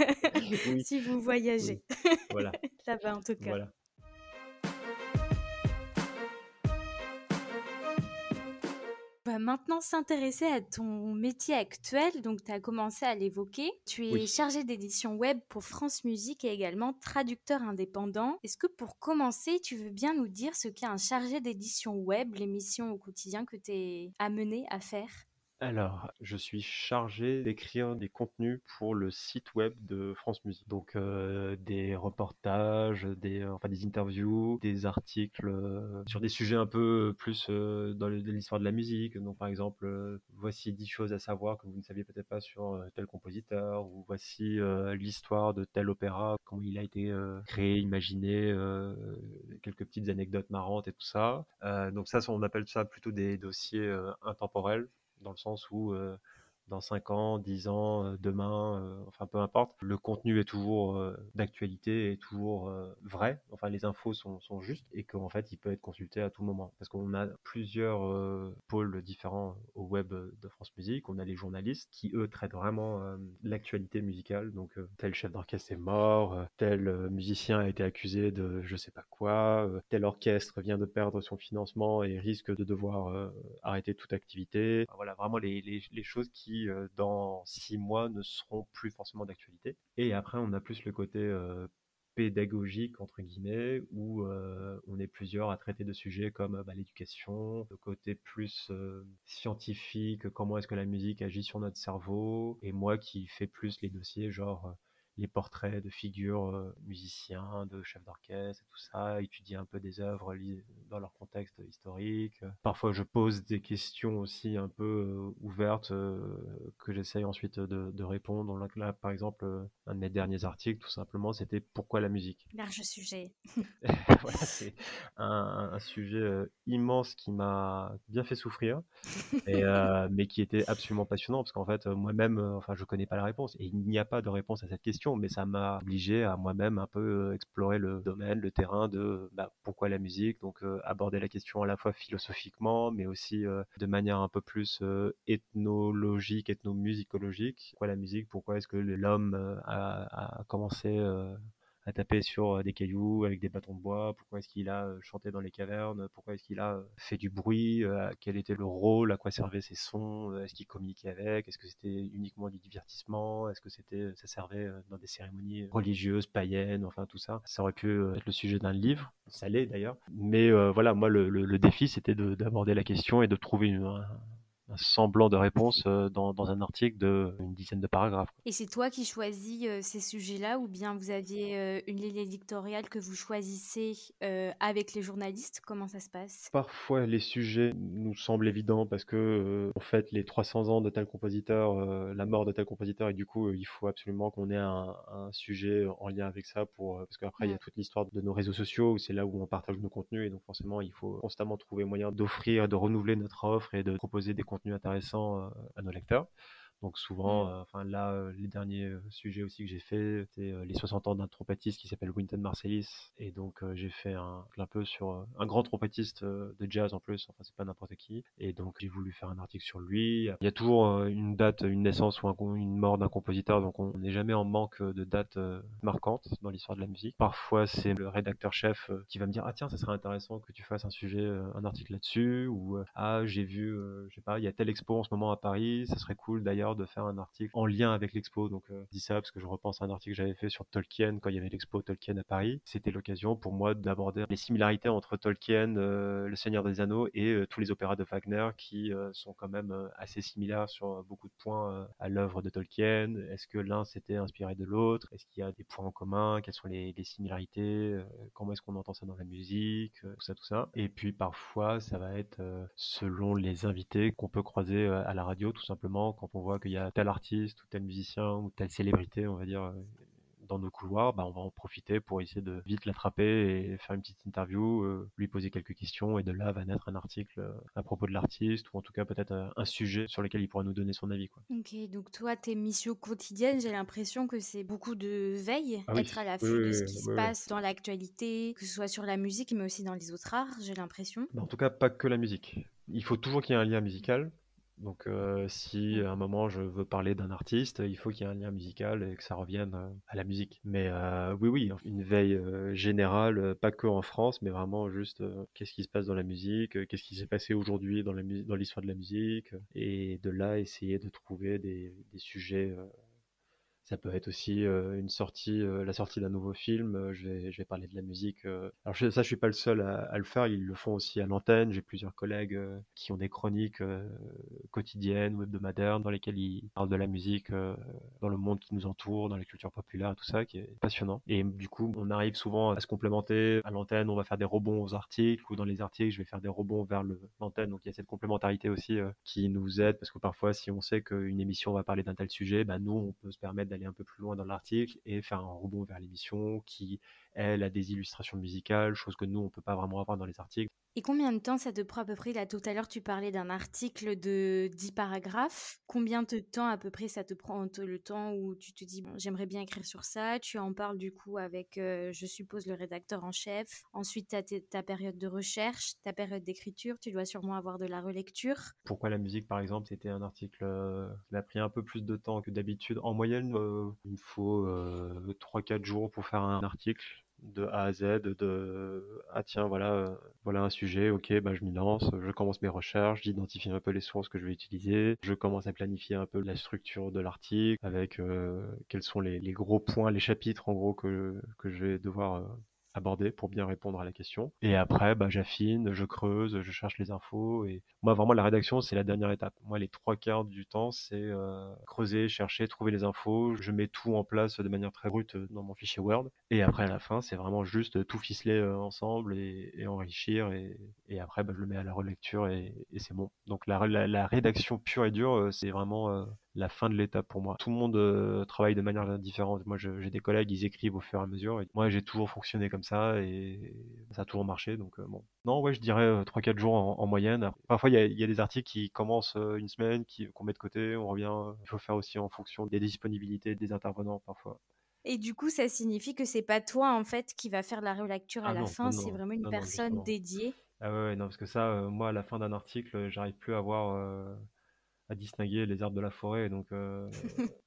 Oui, Si vous oui, voyagez. voilà, Là-bas en tout cas. voilà. On va maintenant s'intéresser à ton métier actuel. Donc, tu as commencé à l'évoquer. Tu es Oui. chargé d'édition web pour France Musique et également traducteur indépendant. Est-ce que pour commencer, tu veux bien nous dire ce qu'est un chargé d'édition web, l'émission au quotidien que tu es amené à faire? Alors, je suis chargé d'écrire des contenus pour le site web de France Musique. Donc, euh, des reportages, des, euh, enfin, des interviews, des articles euh, sur des sujets un peu plus euh, dans le- de l'histoire de la musique. Donc, par exemple, euh, voici dix choses à savoir que vous ne saviez peut-être pas sur euh, tel compositeur, ou voici euh, l'histoire de tel opéra, comment il a été euh, créé, imaginé, euh, quelques petites anecdotes marrantes et tout ça. Euh, donc ça, on appelle ça plutôt des dossiers euh, intemporels dans le sens où euh, dans cinq ans, dix ans, euh, demain, euh, enfin peu importe, le contenu est toujours euh, d'actualité, est toujours euh, vrai, enfin les infos sont, sont justes et qu'en fait il peut être consulté à tout moment. Parce qu'on a plusieurs euh, pôles différents au web de France Musique, on a les journalistes qui eux traitent vraiment euh, l'actualité musicale, donc euh, tel chef d'orchestre est mort, euh, tel euh, musicien a été accusé de je sais pas quoi, euh, tel orchestre vient de perdre son financement et risque de devoir euh, arrêter toute activité. Voilà, vraiment les, les, les choses qui, euh, dans six mois, ne seront plus forcément d'actualité. Et après, on a plus le côté euh, pédagogique, entre guillemets, où euh, on est plusieurs à traiter de sujets comme bah, l'éducation, le côté plus euh, scientifique, comment est-ce que la musique agit sur notre cerveau, et moi qui fais plus les dossiers genre... euh, les portraits de figures euh, musiciens, de chefs d'orchestre et tout ça, étudier un peu des œuvres li- dans leur contexte historique. Parfois, je pose des questions aussi un peu euh, ouvertes euh, que j'essaye ensuite de, de répondre. Là, là, par exemple, euh, un de mes derniers articles, tout simplement, c'était pourquoi la musique. Large sujet. Voilà, c'est un, un sujet euh, immense qui m'a bien fait souffrir et euh, mais qui était absolument passionnant parce qu'en fait euh, moi-même euh, enfin je connais pas la réponse et il n'y a pas de réponse à cette question mais ça m'a obligé à moi-même un peu euh, explorer le domaine le terrain de bah, pourquoi la musique donc euh, aborder la question à la fois philosophiquement mais aussi euh, de manière un peu plus euh, ethnologique ethnomusicologique pourquoi la musique pourquoi est-ce que l'homme euh, a, a commencé euh, à taper sur euh, des cailloux avec des bâtons de bois, pourquoi est-ce qu'il a euh, chanté dans les cavernes, pourquoi est-ce qu'il a euh, fait du bruit, euh, quel était le rôle, à quoi servaient ces sons, euh, est-ce qu'il communiquait avec, est-ce que c'était uniquement du divertissement, est-ce que c'était, ça servait euh, dans des cérémonies religieuses, païennes, enfin tout ça. Ça aurait pu euh, être le sujet d'un livre, ça l'est d'ailleurs. Mais euh, voilà, moi le, le, le défi c'était de, d'aborder la question et de trouver une, un, un semblant de réponse euh, dans, dans un article de une dizaine de paragraphes. Et c'est toi qui choisis euh, ces sujets-là ou bien vous aviez euh, une ligne éditoriale que vous choisissez euh, avec les journalistes? Comment ça se passe? Parfois, les sujets nous semblent évidents parce que, euh, on fête les trois cents ans de tel compositeur, euh, la mort de tel compositeur, et du coup, euh, il faut absolument qu'on ait un, un sujet en lien avec ça pour, euh, parce qu'après, il y a Mm. toute l'histoire de nos réseaux sociaux où c'est là où on partage nos contenus, et donc forcément, il faut constamment trouver moyen d'offrir, de renouveler notre offre et de proposer des contenus intéressants euh, à nos lecteurs. Donc souvent, Mm. euh, enfin là, euh, les derniers euh, sujets aussi que j'ai fait, c'était euh, les soixante ans d'un trompettiste qui s'appelle Wynton Marsalis. Et donc euh, j'ai fait un, un peu sur euh, un grand trompettiste euh, de jazz en plus, enfin c'est pas n'importe qui. Et donc j'ai voulu faire un article sur lui. Il y a toujours euh, une date, une naissance ou un, une mort d'un compositeur, donc on n'est jamais en manque de dates euh, marquantes dans l'histoire de la musique. Parfois c'est le rédacteur-chef euh, qui va me dire ah tiens ça serait intéressant que tu fasses un sujet, euh, un article là-dessus, ou euh, ah j'ai vu, euh, je sais pas, il y a telle expo en ce moment à Paris, ça serait cool d'ailleurs de faire un article en lien avec l'expo. Donc euh, je dis ça parce que je repense à un article que j'avais fait sur Tolkien quand il y avait l'expo Tolkien à Paris. C'était l'occasion pour moi d'aborder les similarités entre Tolkien, euh, Le Seigneur des Anneaux et euh, tous les opéras de Wagner qui euh, sont quand même euh, assez similaires sur beaucoup de points euh, à l'œuvre de Tolkien. Est-ce que l'un s'était inspiré de l'autre? Est-ce qu'il y a des points en commun? Quelles sont les, les similarités? euh, Comment est-ce qu'on entend ça dans la musique? euh, Tout ça, tout ça. Et puis parfois, ça va être euh, selon les invités qu'on peut croiser euh, à la radio, tout simplement, quand on voit qu'il y a tel artiste ou tel musicien ou telle célébrité, on va dire, euh, dans nos couloirs, bah, on va en profiter pour essayer de vite l'attraper et faire une petite interview, euh, lui poser quelques questions, et de là va naître un article euh, à propos de l'artiste, ou en tout cas peut-être euh, un sujet sur lequel il pourra nous donner son avis, quoi. Ok, donc toi, tes missions quotidiennes, j'ai l'impression que c'est beaucoup de veille, Ah oui, être à oui, l'affût de ce oui, qui se oui, oui. passe dans l'actualité, que ce soit sur la musique, mais aussi dans les autres arts, j'ai l'impression. Bah, en tout cas, pas que la musique. Il faut toujours qu'il y ait un lien musical. Donc, euh, si Mm. à un moment je veux parler d'un artiste, il faut qu'il y ait un lien musical et que ça revienne euh, à la musique. Mais euh, oui, oui, une veille euh, générale, euh, pas que en France, mais vraiment juste euh, qu'est-ce qui se passe dans la musique, euh, qu'est-ce qui s'est passé aujourd'hui dans la mu- dans l'histoire de la musique, euh, et de là essayer de trouver des, des sujets. euh, Ça peut être aussi euh, une sortie, euh, la sortie d'un nouveau film. euh, je vais, je vais parler de la musique. euh. Alors je- ça, je suis pas le seul à, à le faire. Ils le font aussi à l'antenne. J'ai plusieurs collègues euh, qui ont des chroniques euh, quotidiennes ou hebdomadaires dans lesquelles ils parlent de la musique euh, dans le monde qui nous entoure, dans la culture populaire et tout ça, qui est passionnant. Et du coup, on arrive souvent à se complémenter. À l'antenne, on va faire des rebonds aux articles, ou dans les articles, je vais faire des rebonds vers le- l'antenne. Donc il y a cette complémentarité aussi euh, qui nous aide, parce que parfois, si on sait qu'une émission va parler d'un tel sujet, bah, nous, on peut se permettre d'aller un peu plus loin dans l'article et faire un rebond vers l'émission qui, elle, a des illustrations musicales, chose que nous, on peut pas vraiment avoir dans les articles. Et combien de temps ça te prend à peu près? Là, tout à l'heure, tu parlais d'un article de dix paragraphes. Combien de temps à peu près ça te prend te- le temps où tu te dis, bon, j'aimerais bien écrire sur ça. Tu en parles du coup avec, euh, je suppose, le rédacteur en chef. Ensuite, tu as ta période de recherche, ta période d'écriture. Tu dois sûrement avoir de la relecture. Pourquoi la musique, par exemple, c'était un article euh, qui m'a pris un peu plus de temps que d'habitude. En moyenne, euh, il me faut euh, trois quatre jours pour faire un article de A à Z, de ah tiens voilà euh, voilà un sujet, ok bah je m'y lance, je commence mes recherches, j'identifie un peu les sources que je vais utiliser, je commence à planifier un peu la structure de l'article avec euh, quels sont les, les gros points, les chapitres en gros que que je vais devoir euh, aborder pour bien répondre à la question. Et après, bah, j'affine, je creuse, je cherche les infos. Et moi, vraiment, la rédaction, c'est la dernière étape. Moi, les trois quarts du temps, c'est euh, creuser, chercher, trouver les infos. Je mets tout en place de manière très brute dans mon fichier Word. Et après, à la fin, c'est vraiment juste tout ficeler euh, ensemble et, et enrichir. Et, et après, bah, je le mets à la relecture et, et c'est bon. Donc, la, la, la rédaction pure et dure, euh, c'est vraiment euh, la fin de l'étape pour moi. Tout le monde euh, travaille de manière différente. Moi, je- j'ai des collègues, ils écrivent au fur et à mesure. Et moi, j'ai toujours fonctionné comme ça et ça a toujours marché. Donc, euh, bon. Non, ouais, je dirais euh, trois quatre jours en, en moyenne. Parfois, il y a, il y a des articles qui commencent euh, une semaine, qui, qu'on met de côté, on revient. Il faut faire aussi en fonction des disponibilités des intervenants, parfois. Et du coup, ça signifie que c'est pas toi, en fait, qui va faire la relecture à Ah la non, non, fin. C'est non, vraiment une non, non, personne justement. dédiée. Ah ouais, ouais, non, parce que ça, euh, moi, à la fin d'un article, j'arrive plus à voir, euh, à distinguer les arbres de la forêt. Donc, euh,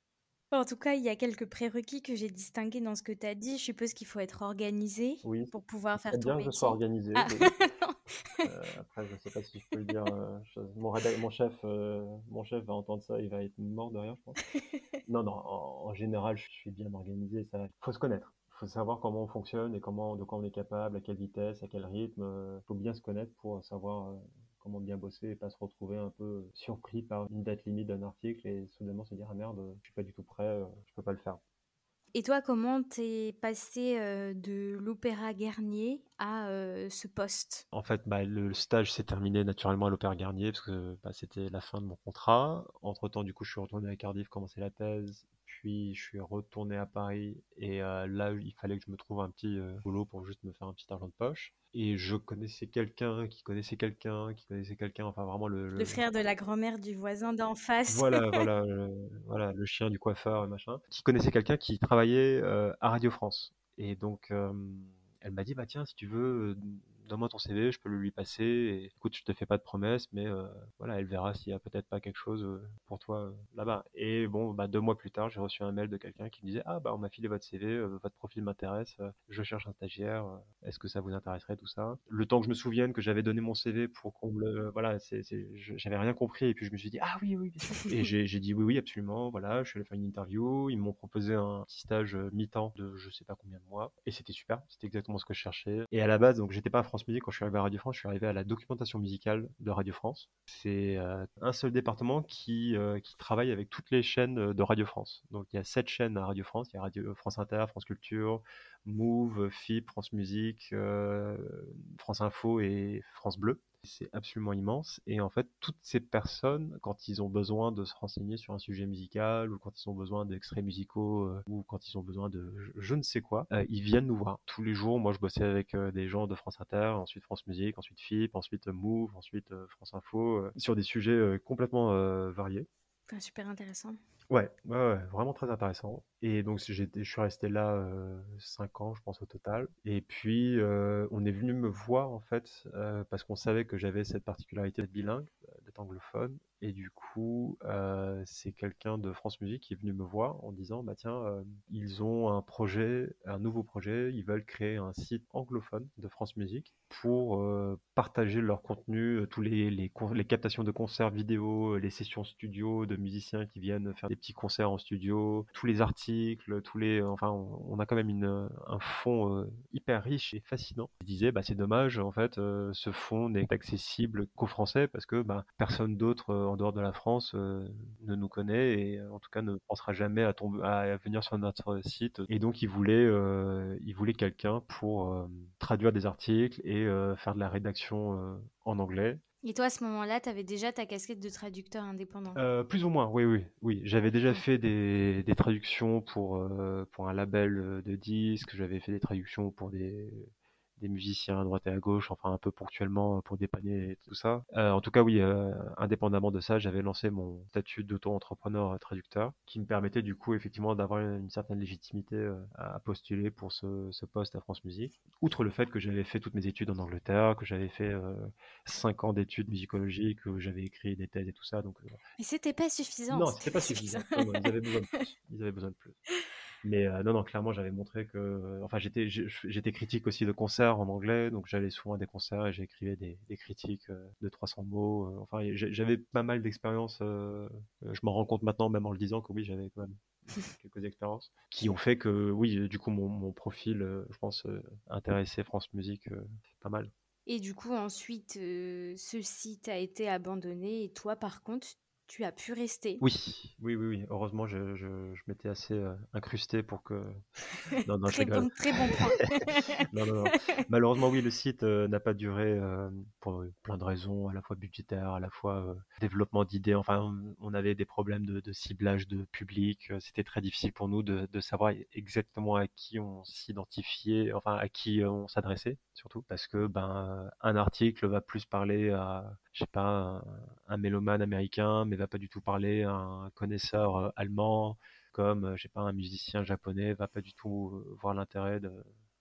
En tout cas, il y a quelques prérequis que j'ai distingués dans ce que tu as dit. Je suppose qu'il faut être organisé Oui, pour ce pouvoir serait faire ton bien que je sois métier? organisé, Ah! oui. Heu, après je sais pas si je peux le dire, heu, je mon rédac mon chef, heu, mon chef va entendre ça, il va être mort de rire, je pense. Non, non, en en général, je suis bien organisé, ça va. Faut se connaître. Faut savoir comment on fonctionne et comment de quoi on est capable, à quelle vitesse, à quel rythme, heu, faut bien se connaître pour savoir, heu, comment bien bosser et pas se retrouver un peu surpris par une date limite d'un article et soudainement se dire: «Ah merde, heu, je suis pas du tout prêt, heu, je peux pas le faire». Et toi, comment t'es passé, heu, de l'Opéra Garnier à, heu, ce poste? En fait, bah, le stage s'est terminé naturellement à l'Opéra Garnier parce que, bah, c'était la fin de mon contrat. Entre-temps, du coup, je suis retourné à Cardiff commencer la thèse, puis je suis retourné à Paris et heu, là, il fallait que je me trouve un petit, heu, boulot pour juste me faire un petit argent de poche et je connaissais quelqu'un qui connaissait quelqu'un qui connaissait quelqu'un, enfin vraiment le Le le frère de la grand-mère du voisin d'en face. voilà, voilà, le voilà, le chien du coiffeur et machin, qui connaissait quelqu'un qui travaillait, heu, à Radio France et donc hem, elle m'a dit: «Bah tiens, si tu veux, heu, donne-moi ton C V, je peux le lui passer et écoute, je te fais pas de promesses, mais heu, voilà, elle verra s'il y a peut-être pas quelque chose, heu, pour toi, heu, là-bas» et bon, bah, deux mois plus tard, j'ai reçu un mail de quelqu'un qui me disait: «Ah bah, on m'a filé votre C V, heu, votre profil m'intéresse, heu, je cherche un stagiaire, heu, est-ce que ça vous intéresserait?» tout ça. Le temps que je me souvienne que j'avais donné mon C V pour qu'on me le voilà, c'est c'est je j'avais rien compris et puis je me suis dit: «Ah oui, oui, bien sûr» et j'ai j'ai dit: «Oui, oui, absolument, voilà». Je suis allé faire une interview, ils m'ont proposé un petit stage, heu, mi-temps de je sais pas combien de mois et c'était super, c'était exactement ce que je cherchais et à la base, donc j'étais pas à France Musique quand je suis arrivé à Radio France, je suis arrivé à la documentation musicale de Radio France. C'est, heu, un seul département qui, heu, qui travaille avec toutes les chaînes, heu, de Radio France. Donc il y a sept chaînes à Radio France, il y a Radio France Inter, France Culture, Move, F I P, France Musique, euh, France Info et France Bleu. C'est absolument immense. Et en fait, toutes ces personnes, quand ils ont besoin de se renseigner sur un sujet musical, ou quand ils ont besoin d'extraits musicaux, euh, ou quand ils ont besoin de je, je ne sais quoi, euh, ils viennent nous voir. Tous les jours, moi je bossais avec euh, des gens de France Inter, ensuite France Musique, ensuite F I P, ensuite euh, Move, ensuite euh, France Info, euh, sur des sujets euh, complètement euh, variés. Enfin, super intéressant. Ouais, ouais, ouais, vraiment très intéressant. Et donc j'étais, je suis resté là euh, cinq ans, je pense au total. Et puis euh, on est venu me voir en fait euh, parce qu'on savait que j'avais cette particularité d'être bilingue, euh, d'être anglophone. Et du coup, euh, c'est quelqu'un de France Musique qui est venu me voir en disant, bah tiens, euh, ils ont un projet, un nouveau projet, ils veulent créer un site anglophone de France Musique pour euh, partager leur contenu, euh, tous les, les, con- les captations de concerts vidéo, euh, les sessions studio de musiciens qui viennent faire des petits concerts en studio, tous les articles, tous les, euh, enfin, on, on a quand même une, euh, un fond euh, hyper riche et fascinant. Je disais, bah c'est dommage, en fait, euh, ce fond n'est accessible qu'aux Français parce que bah, personne d'autre euh, en dehors de la France euh, ne nous connaît et euh, en tout cas ne pensera jamais à, tomber, à venir sur notre site. Et donc il voulait, euh, il voulait quelqu'un pour euh, traduire des articles et euh, faire de la rédaction euh, en anglais. Et toi, à ce moment-là, tu avais déjà ta casquette de traducteur indépendant? Euh, plus ou moins, oui, oui, oui. J'avais déjà Mmh. fait des, des traductions pour euh, pour un label euh, de disques. J'avais fait des traductions pour des des musiciens à droite et à gauche, enfin un peu ponctuellement euh, pour dépanner et tout ça. Euh, en tout cas, oui, euh, indépendamment de ça, j'avais lancé mon statut d'auto-entrepreneur euh, traducteur, qui me permettait du coup effectivement d'avoir une certaine légitimité euh, à postuler pour ce, ce poste à France Musique. Outre le fait que j'avais fait toutes mes études en Angleterre, que j'avais fait euh, cinq ans d'études musicologiques, que j'avais écrit des thèses et tout ça, donc euh, Mais c'était pas suffisant, non, c'était c'était pas pas suffisant. suffisant. Non, non, ils avaient besoin de plus. Ils avaient besoin de plus. Mais euh, non, non, clairement, j'avais montré que, euh, enfin, j'étais, j'ai- j'étais critique aussi de concerts en anglais, donc j'allais souvent à des concerts et j'écrivais des, des critiques euh, de trois cents mots. euh, enfin, j'ai- j'avais pas mal d'expériences. Euh, euh, je m'en rends compte maintenant, même en le disant, que oui, j'avais quand même quelques expériences qui ont fait que, oui, du coup, mon, mon profil, euh, je pense, euh, intéressait France Musique euh, pas mal. Et du coup, ensuite, heu, ce site a été abandonné et toi, par contre, tu as pu rester. Oui, oui, oui, oui. Heureusement, je, je, je m'étais assez euh, incrusté pour que. Non, non, je Très rigole. bon très bon point. Non, non, non. Malheureusement, oui, le site euh, n'a pas duré euh, pour euh, plein de raisons, à la fois budgétaires, à la fois euh, développement d'idées. Enfin, on, on avait des problèmes de, de ciblage de public. Euh, C'était très difficile pour nous de, de savoir exactement à qui on s'identifiait, enfin à qui euh, on s'adressait, surtout parce que ben un article va plus parler à, je sais pas, un, un mélomane américain, mais va pas du tout parler à un connaisseur euh, allemand comme, euh, je sais pas, un musicien japonais va pas du tout euh, voir l'intérêt de,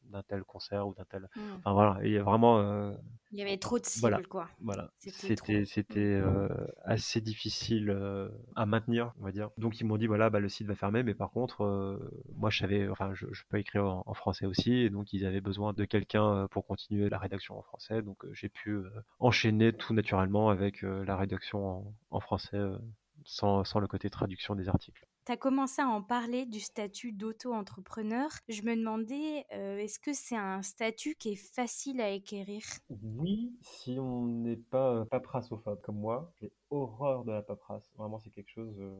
d'un tel concert ou d'un tel. Mmh. Enfin voilà, il y a vraiment. Euh, Il y avait trop de voilà, cibles, quoi. voilà. C'était trop. C'était, Mmh. c'était euh, assez difficile euh, à maintenir, on va dire. Donc ils m'ont dit voilà, bah le site va fermer, mais par contre, euh, moi je savais, enfin je, je peux écrire en, en français aussi, et donc ils avaient besoin de quelqu'un euh, pour continuer la rédaction en français. Donc euh, j'ai pu euh, enchaîner tout naturellement avec euh, la rédaction en, en français, euh, sans, sans le côté traduction des articles. Tu as commencé à en parler du statut d'auto-entrepreneur. Je me demandais, euh, est-ce que c'est un statut qui est facile à acquérir? Oui, si on n'est pas euh, paperasseophobe comme moi, j'ai horreur de la paperasse. Vraiment, c'est quelque chose, euh,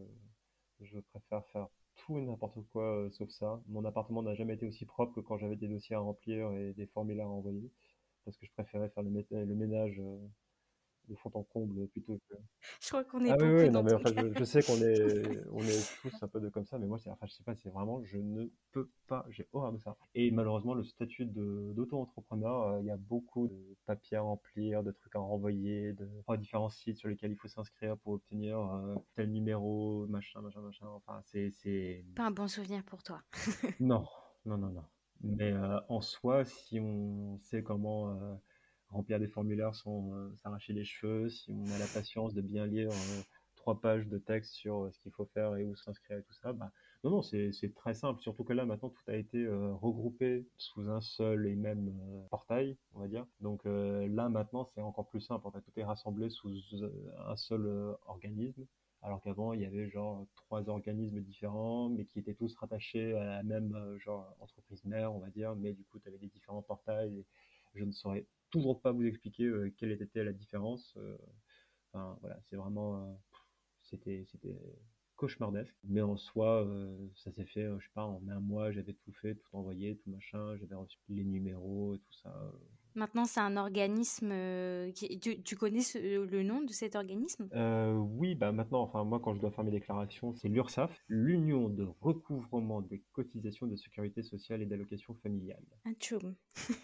je préfère faire tout et n'importe quoi euh, sauf ça. Mon appartement n'a jamais été aussi propre que quand j'avais des dossiers à remplir et des formulaires à envoyer, parce que je préférais faire le, mé- le ménage euh, de fond en comble plutôt que. Je crois qu'on est Ah oui, beaucoup oui, non, dans mais ton enfin, cas. je, je sais qu'on est, on est tous un peu de comme ça, mais moi, c'est, enfin, je sais pas, c'est vraiment, je ne peux pas, j'ai horreur de ça. Et malheureusement, le statut de, d'auto-entrepreneur, euh, il y a beaucoup de papiers à remplir, de trucs à renvoyer, de enfin, différents sites sur lesquels il faut s'inscrire pour obtenir euh, tel numéro, machin, machin, machin. Enfin, c'est, c'est, Pas un bon souvenir pour toi. non, non, non, non. Mais euh, en soi, si on sait comment euh, remplir des formulaires sans euh, s'arracher les cheveux, si on a la patience de bien lire euh, trois pages de texte sur euh, ce qu'il faut faire et où s'inscrire et tout ça, bah non, non, c'est c'est très simple. Surtout que là, maintenant, tout a été euh, regroupé sous un seul et même euh, portail, on va dire. Donc euh, là, maintenant, c'est encore plus simple. En fait, tout est rassemblé sous euh, un seul euh, organisme. Alors qu'avant, il y avait genre trois organismes différents, mais qui étaient tous rattachés à la même euh, genre entreprise mère, on va dire. Mais du coup, tu avais des différents portails. Et je ne saurais toujours pas vous expliquer euh, quelle était la différence. Euh, enfin, voilà, c'est vraiment, euh, c'était, c'était cauchemardesque. Mais en soi, euh, ça s'est fait, euh, je sais pas, en un mois, j'avais tout fait, tout envoyé, tout machin. J'avais reçu les numéros et tout ça. Maintenant, c'est un organisme. euh, qui... tu, tu connais ce- le nom de cet organisme? Euh, oui, bah maintenant, enfin moi quand je dois faire mes déclarations, c'est l'URSSAF, l'Union de recouvrement des cotisations de sécurité sociale et d'allocations familiales. Un tchoum.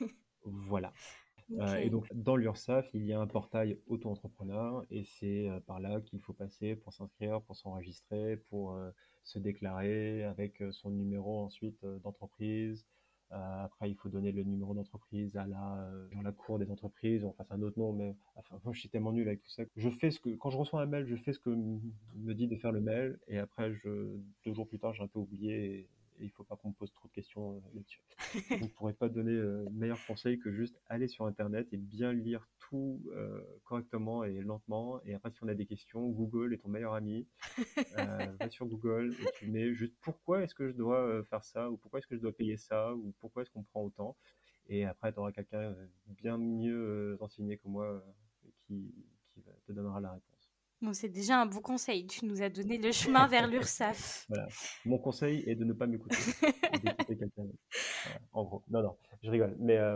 Voilà. Euh, et Ok. donc dans l'URSSAF, il y a un portail auto-entrepreneur et c'est euh, par là qu'il faut passer pour s'inscrire, pour s'enregistrer, pour euh, se déclarer avec euh, son numéro ensuite euh, d'entreprise. Euh, après, il faut donner le numéro d'entreprise à la, euh, dans la cour des entreprises, enfin c'est un autre nom, mais enfin, moi, je suis tellement nul avec tout ça. Je fais ce que, quand je reçois un mail, je fais ce que m- me dit de faire le mail et après, je, deux jours plus tard, j'ai un peu oublié et, et il faut pas qu'on me pose trop de questions euh, là-dessus. Je ne pourrais pas donner euh, meilleur conseil que juste aller sur Internet et bien lire tout euh, correctement et lentement. Et après, si on a des questions, Google est ton meilleur ami. Euh, va sur Google et tu mets juste pourquoi est-ce que je dois euh, faire ça ou pourquoi est-ce que je dois payer ça ou pourquoi est-ce qu'on prend autant. Et après, tu auras quelqu'un euh, bien mieux euh, renseigné que moi euh, qui, qui va- te donnera la réponse. Bon, c'est déjà un bon conseil. Tu nous as donné le chemin vers l'URSSAF. Voilà. Mon conseil est de ne pas m'écouter et d'écouter quelqu'un d'autre. Voilà, en gros. Non, non, je rigole. Mais euh,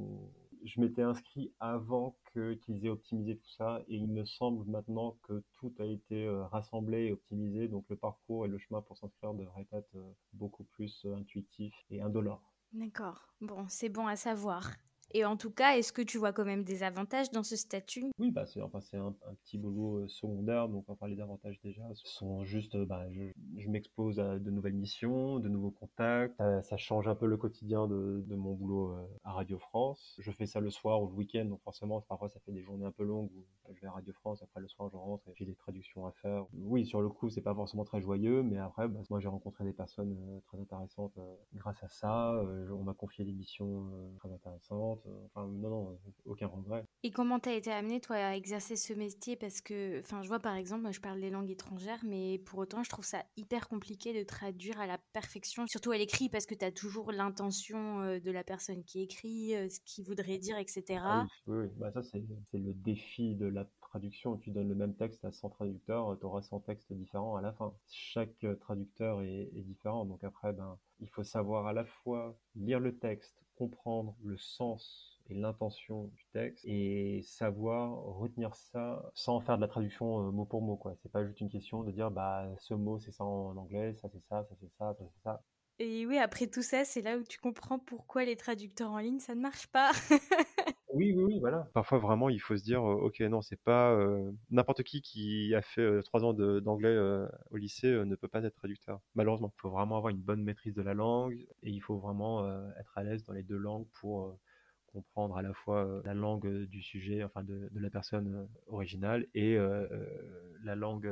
je m'étais inscrit avant que qu'ils aient optimisé tout ça et il me semble maintenant que tout a été euh, rassemblé et optimisé. Donc le parcours et le chemin pour s'inscrire devraient être euh, beaucoup plus euh, intuitif et indolore. D'accord. Bon, c'est bon à savoir. Et en tout cas, est-ce que tu vois quand même des avantages dans ce statut? Oui, bah c'est enfin, c'est un, un petit boulot euh, secondaire, donc enfin les avantages déjà sont juste, euh, bah, je, je m'expose à de nouvelles missions, de nouveaux contacts, ça, ça change un peu le quotidien de, de mon boulot euh, à Radio France. Je fais ça le soir ou le week-end, donc forcément parfois ça fait des journées un peu longues où bah, je vais à Radio France, après le soir je rentre et j'ai des traductions à faire. Oui, sur le coup c'est pas forcément très joyeux, mais après bah, moi j'ai rencontré des personnes euh, très intéressantes euh, grâce à ça. Euh, on m'a confié des missions euh, très intéressantes. Euh, enfin non, non, euh, aucun regret. Et comment t'as été amené, toi, à exercer ce métier? Parce que, enfin, je vois par exemple, moi je parle des langues étrangères, mais pour autant, je trouve ça hyper compliqué de traduire à la perfection, surtout à l'écrit, parce que t'as toujours l'intention euh, de la personne qui écrit, euh, ce qu'il voudrait dire, Ah et cetera. oui, oui, oui. Bah ça c'est c'est le défi de la traduction. Tu donnes le même texte à cent traducteurs, tu auras cent textes différents à la fin. Chaque euh, traducteur est, est différent, donc après ben il faut savoir à la fois lire le texte, comprendre le sens et l'intention du texte et savoir retenir ça sans faire de la traduction euh, mot pour mot quoi. C'est pas juste une question de dire bah ce mot c'est ça en anglais, ça c'est ça, ça c'est ça, ça c'est ça. Et oui, après tout ça, c'est là où tu comprends pourquoi les traducteurs en ligne, ça ne marche pas. Oui, oui, oui, voilà. Parfois, vraiment, il faut se dire, euh, ok, non, c'est pas euh, n'importe qui qui a fait euh, trois ans de- d'anglais euh, au lycée euh, ne peut pas être traducteur. Malheureusement, il faut vraiment avoir une bonne maîtrise de la langue et il faut vraiment euh, être à l'aise dans les deux langues pour euh, comprendre à la fois euh, la langue euh, du sujet, enfin de, de la personne euh, originale et euh, euh, la langue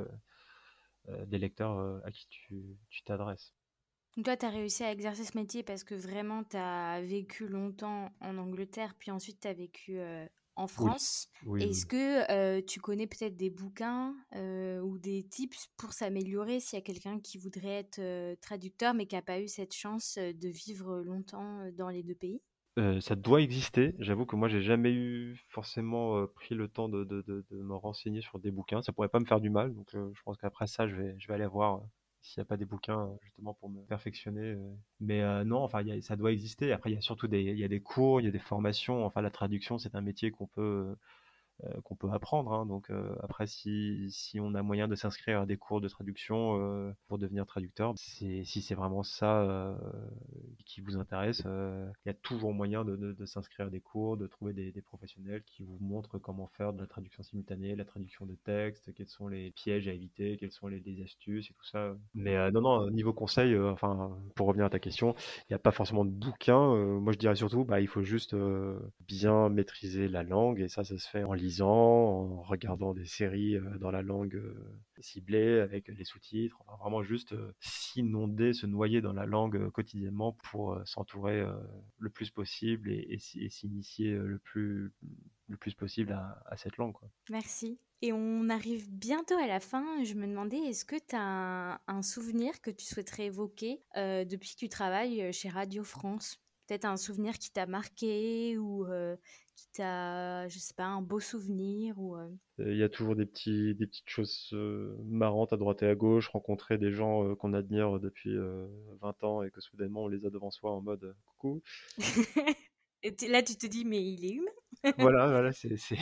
euh, des lecteurs euh, à qui tu tu t'adresses. Donc toi, tu as réussi à exercer ce métier parce que vraiment, tu as vécu longtemps en Angleterre, puis ensuite tu as vécu euh, en Oui, France. oui, oui. Est-ce que euh, tu connais peut-être des bouquins euh, ou des tips pour s'améliorer s'il y a quelqu'un qui voudrait être euh, traducteur mais qui n'a pas eu cette chance euh, de vivre longtemps euh, dans les deux pays? Heu, ça doit exister. J'avoue que moi, j'ai jamais eu forcément, heu, pris le temps de de de de me renseigner sur des bouquins. Ça pourrait pas me faire du mal, donc heu, je pense qu'après ça, je vais je vais aller voir, heu, s'il y a pas des bouquins, heu, justement pour me perfectionner, heu. Mais heu, non, enfin, il y a ça doit exister. Après, il y a surtout des il y a des cours, il y a des formations. Enfin, la traduction, c'est un métier qu'on peut, euh, qu'on peut apprendre, hein. Donc euh, après, si, si on a moyen de s'inscrire à des cours de traduction euh, pour devenir traducteur, c'est, si c'est vraiment ça euh, qui vous intéresse, euh, il y a toujours moyen de, de, de s'inscrire à des cours, de trouver des, des professionnels qui vous montrent comment faire de la traduction simultanée, la traduction de texte, quels sont les pièges à éviter, quelles sont les, les astuces et tout ça. Mais euh, non, non, niveau conseil, euh, enfin, pour revenir à ta question, il n'y a pas forcément de bouquin. Euh, moi, je dirais surtout, bah, il faut juste euh, bien maîtriser la langue, et ça, ça se fait en lisant, en regardant des séries euh, dans la langue euh, ciblée avec les sous-titres. Enfin, vraiment juste euh, s'inonder, se noyer dans la langue euh, quotidiennement pour euh, s'entourer euh, le plus possible et, et s- et s'initier euh, le plus le plus possible à, à cette langue, quoi. Merci. Et on arrive bientôt à la fin. Je me demandais, est-ce que tu as un, un souvenir que tu souhaiterais évoquer euh, depuis que tu travailles euh, chez Radio France? Peut-être un souvenir qui t'a marqué ou euh, qui t'a, je sais pas, un beau souvenir ou euh, Euh, Il y a toujours des petits, des petites choses euh, marrantes à droite et à gauche, rencontrer des gens euh, qu'on admire depuis euh, vingt ans et que soudainement on les a devant soi en mode euh, coucou. Et tu- là, tu te dis, mais il est humain. Voilà, voilà, c'est, c'est...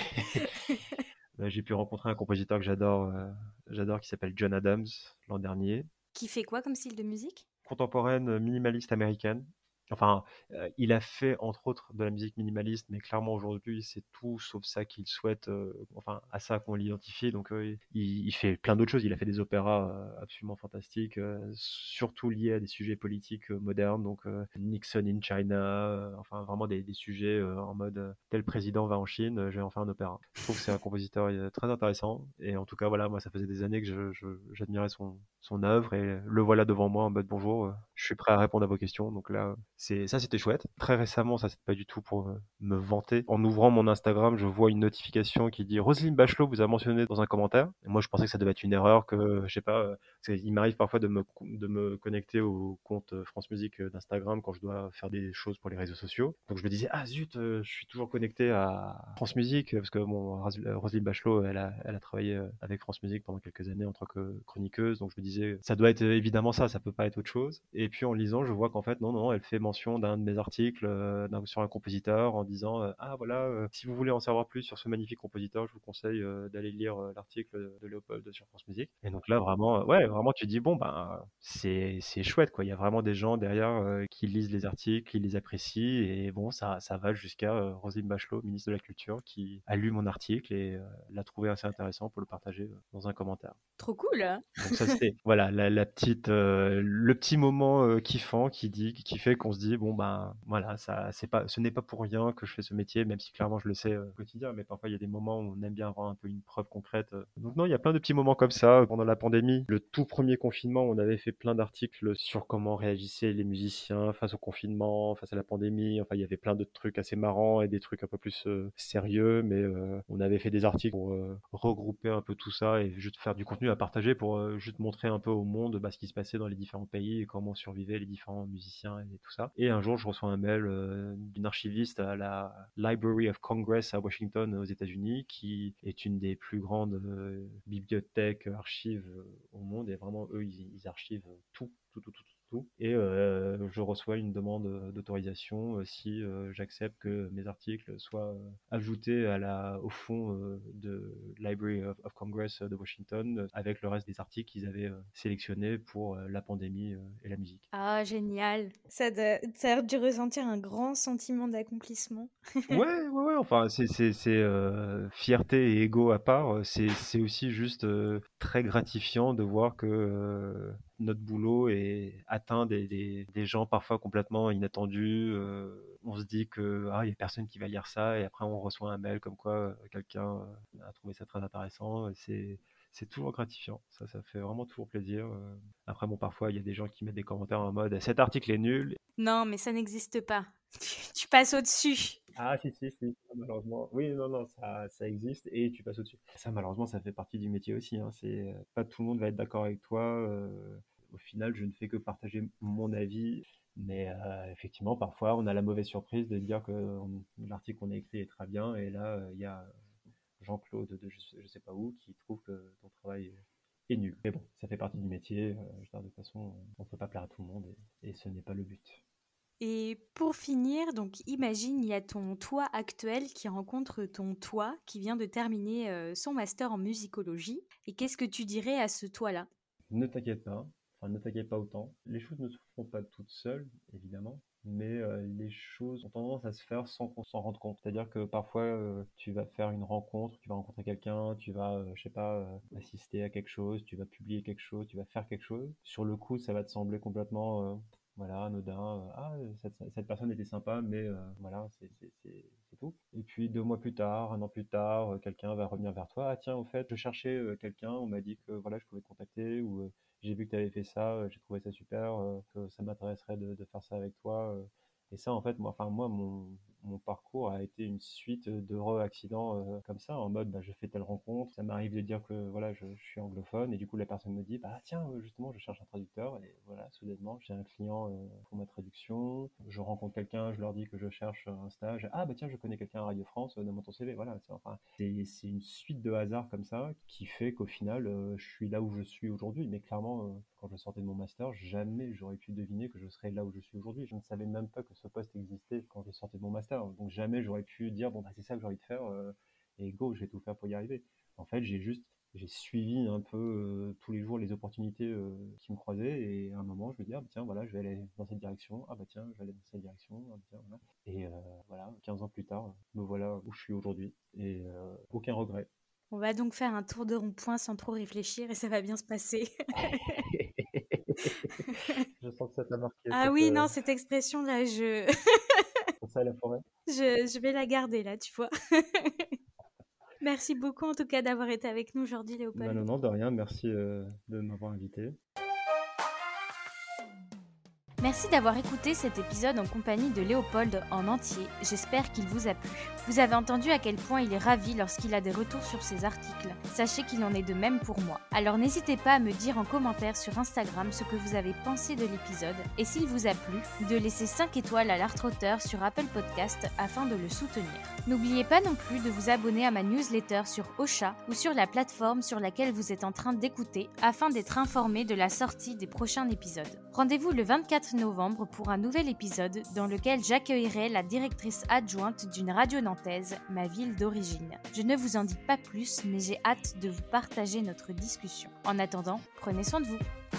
Euh, J'ai pu rencontrer un compositeur que j'adore, euh, j'adore qui s'appelle John Adams l'an dernier. Qui fait quoi comme style de musique? Contemporaine euh, minimaliste américaine. Enfin, euh, il a fait entre autres de la musique minimaliste, mais clairement aujourd'hui c'est tout sauf ça qu'il souhaite, euh, enfin à ça qu'on l'identifie. Donc euh, il, il fait plein d'autres choses. Il a fait des opéras euh, absolument fantastiques, euh, surtout liés à des sujets politiques euh, modernes. Donc euh, Nixon in China, euh, enfin vraiment des, des sujets euh, en mode euh, tel président va en Chine, euh, je vais en faire un opéra. Je trouve que c'est un compositeur euh, très intéressant. Et en tout cas voilà, moi ça faisait des années que je, je- j'admirais son son œuvre et le voilà devant moi en mode bonjour, euh, je suis prêt à répondre à vos questions. Donc là, c'est ça, c'était chouette. Très récemment, ça c'est pas du tout pour euh, me vanter. En ouvrant mon Instagram, je vois une notification qui dit Roselyne Bachelot vous a mentionné dans un commentaire. Et moi, je pensais que ça devait être une erreur, que je sais pas. euh, parce qu'il m'arrive parfois de me de me connecter au compte euh, France Musique euh, d'Instagram quand je dois faire des choses pour les réseaux sociaux. Donc je me disais ah zut, euh, je suis toujours connecté à France Musique parce que bon, Ros- euh, Roselyne Bachelot, elle a elle a travaillé euh, avec France Musique pendant quelques années en tant que chroniqueuse. Donc je me disais ça doit être euh, évidemment ça, ça peut pas être autre chose. Et puis en lisant, je vois qu'en fait non non, elle fait mention d'un de mes articles euh, d'un- sur un compositeur en disant euh, ah voilà, euh, si vous voulez en savoir plus sur ce magnifique compositeur, je vous conseille euh, d'aller lire euh, l'article de Léopold sur France Musique. Et donc là vraiment euh, ouais, vraiment tu dis bon ben c'est c'est chouette quoi, il y a vraiment des gens derrière euh, qui lisent les articles, qui les apprécient. Et bon ça ça va jusqu'à euh, Roselyne Bachelot, ministre de la Culture, qui a lu mon article et euh, l'a trouvé assez intéressant pour le partager euh, dans un commentaire. Trop cool, hein. Donc ça c'était voilà la, la petite euh, le petit moment euh, kiffant qui dit qui fait qu'on se dit bon ben voilà, ça c'est pas ce n'est pas pour rien que je fais ce métier, même si clairement je le sais euh, au quotidien, mais parfois il y a des moments où on aime bien avoir un peu une preuve concrète. euh. Donc non, il y a plein de petits moments comme ça pendant la pandémie. Le tout premier confinement, on avait fait plein d'articles sur comment réagissaient les musiciens face au confinement, face à la pandémie. Enfin il y avait plein de trucs assez marrants et des trucs un peu plus euh, sérieux, mais euh, on avait fait des articles pour euh, regrouper un peu tout ça et juste faire du contenu à partager pour euh, juste montrer un peu au monde bah, ce qui se passait dans les différents pays et comment survivaient les différents musiciens et tout ça. Et un jour, je reçois un mail euh, d'une archiviste à la Library of Congress à Washington aux États-Unis, qui est une des plus grandes euh, bibliothèques archives euh, au monde. Et vraiment, eux, ils, ils archivent tout, tout, tout, tout. tout. Et euh, je reçois une demande d'autorisation euh, si euh, j'accepte que mes articles soient euh, ajoutés à la, au fond euh, de Library of, of Congress de Washington euh, avec le reste des articles qu'ils avaient euh, sélectionnés pour euh, la pandémie euh, et la musique. Ah, génial. Ça doit- ça a dû ressentir un grand sentiment d'accomplissement. Ouais, ouais, ouais, enfin, c'est, c'est, c'est euh, fierté et ego à part, euh, c'est, c'est aussi juste euh, très gratifiant de voir que euh, notre boulot est atteint des, des, des gens parfois complètement inattendus. Euh, on se dit que ah, il y a personne qui va lire ça, et après on reçoit un mail comme quoi euh, quelqu'un euh, a trouvé ça très intéressant. Et C'est, c'est toujours gratifiant. Ça, ça fait vraiment toujours plaisir. euh. Après, bon, parfois il y a des gens qui mettent des commentaires en mode cet article est nul. Non, mais ça n'existe pas. Tu, tu passes au-dessus. Ah si, si, si, ça, malheureusement. Oui, non, non, ça, ça existe et tu passes au-dessus. Ça, malheureusement, ça fait partie du métier aussi, hein. C'est, euh, pas tout le monde va être d'accord avec toi. euh, Au final, je ne fais que partager mon avis. Mais euh, effectivement, parfois, on a la mauvaise surprise de dire que on- l'article qu'on a écrit est très bien. Et là, euh, il y a Jean-Claude de je, sais je sais pas où qui trouve que ton travail est, est nul. Mais bon, ça fait partie du métier. euh, je veux dire, de toute façon, on ne peut pas plaire à tout le monde et, et ce n'est pas le but. Et pour finir, donc imagine, il y a ton toi actuel qui rencontre ton toi qui vient de terminer euh, son master en musicologie. Et qu'est-ce que tu dirais à ce toi-là? Ne t'inquiète pas, enfin ne t'inquiète pas autant. Les choses ne se font pas toutes seules, évidemment, mais euh, les choses ont tendance à se faire sans qu'on s'en rende compte. C'est-à-dire que parfois, euh, tu vas faire une rencontre, tu vas rencontrer quelqu'un, tu vas, euh, je sais pas, euh, assister à quelque chose, tu vas publier quelque chose, tu vas faire quelque chose. Sur le coup, ça va te sembler complètement, euh, voilà, anodin. euh, ah, cette, cette personne était sympa, mais euh, voilà, c'est c'est- c'est- c'est tout. Et puis deux mois plus tard, un an plus tard, euh, quelqu'un va revenir vers toi. Ah tiens, au fait, je cherchais euh, quelqu'un, on m'a dit que voilà, je pouvais te contacter, ou euh, j'ai vu que tu avais fait ça, euh, j'ai trouvé ça super, euh, que ça m'intéresserait de, de faire ça avec toi. euh. Et ça, en fait, moi, enfin, moi, mon, mon parcours a été une suite d'heureux accidents euh, comme ça, en mode, bah, je fais telle rencontre, ça m'arrive de dire que voilà, je, je suis anglophone, et du coup, la personne me dit, bah tiens, euh, justement, je cherche un traducteur, et voilà, soudainement, j'ai un client euh, pour ma traduction, je rencontre quelqu'un, je leur dis que je cherche un stage, ah bah tiens, je connais quelqu'un à Radio France, euh, donne-moi ton C V, voilà, c'est enfin, c'est c'est une suite de hasards comme ça qui fait qu'au final, euh, je suis là où je suis aujourd'hui, mais clairement, euh, quand je sortais de mon master, jamais j'aurais pu deviner que je serais là où je suis aujourd'hui. Je ne savais même pas que ce poste existait quand je sortais de mon master. Donc jamais j'aurais pu dire, bon, bah, c'est ça que j'ai envie de faire, euh, et go, je vais tout faire pour y arriver. En fait, j'ai juste, j'ai suivi un peu euh, tous les jours les opportunités euh, qui me croisaient, et à un moment, je me dis, ah, bah, tiens, voilà, je vais aller dans cette direction, ah bah tiens, je vais aller dans cette direction, ah, bah, tiens, voilà. Et euh, voilà, quinze ans plus tard, me voilà où je suis aujourd'hui, et euh, aucun regret. On va donc faire un tour de rond-point sans trop réfléchir et ça va bien se passer. Je sens que ça t'a marqué, Ah cette, oui, euh, non, cette expression-là, je... ça et la forêt. je, je vais la garder là, tu vois. Merci beaucoup en tout cas d'avoir été avec nous aujourd'hui, Bah Léopold. non, non, de rien, merci euh, de m'avoir invité. Merci d'avoir écouté cet épisode en compagnie de Léopold en entier. J'espère qu'il vous a plu. Vous avez entendu à quel point il est ravi lorsqu'il a des retours sur ses articles. Sachez qu'il en est de même pour moi. Alors n'hésitez pas à me dire en commentaire sur Instagram ce que vous avez pensé de l'épisode et s'il vous a plu, de laisser cinq étoiles à l'Artrauteur sur Apple Podcast afin de le soutenir. N'oubliez pas non plus de vous abonner à ma newsletter sur Ocha ou sur la plateforme sur laquelle vous êtes en train d'écouter afin d'être informé de la sortie des prochains épisodes. Rendez-vous le vingt-quatre novembre pour un nouvel épisode dans lequel j'accueillerai la directrice adjointe d'une radio nantaise, ma ville d'origine. Je ne vous en dis pas plus, mais j'ai hâte de vous partager notre discussion. En attendant, prenez soin de vous.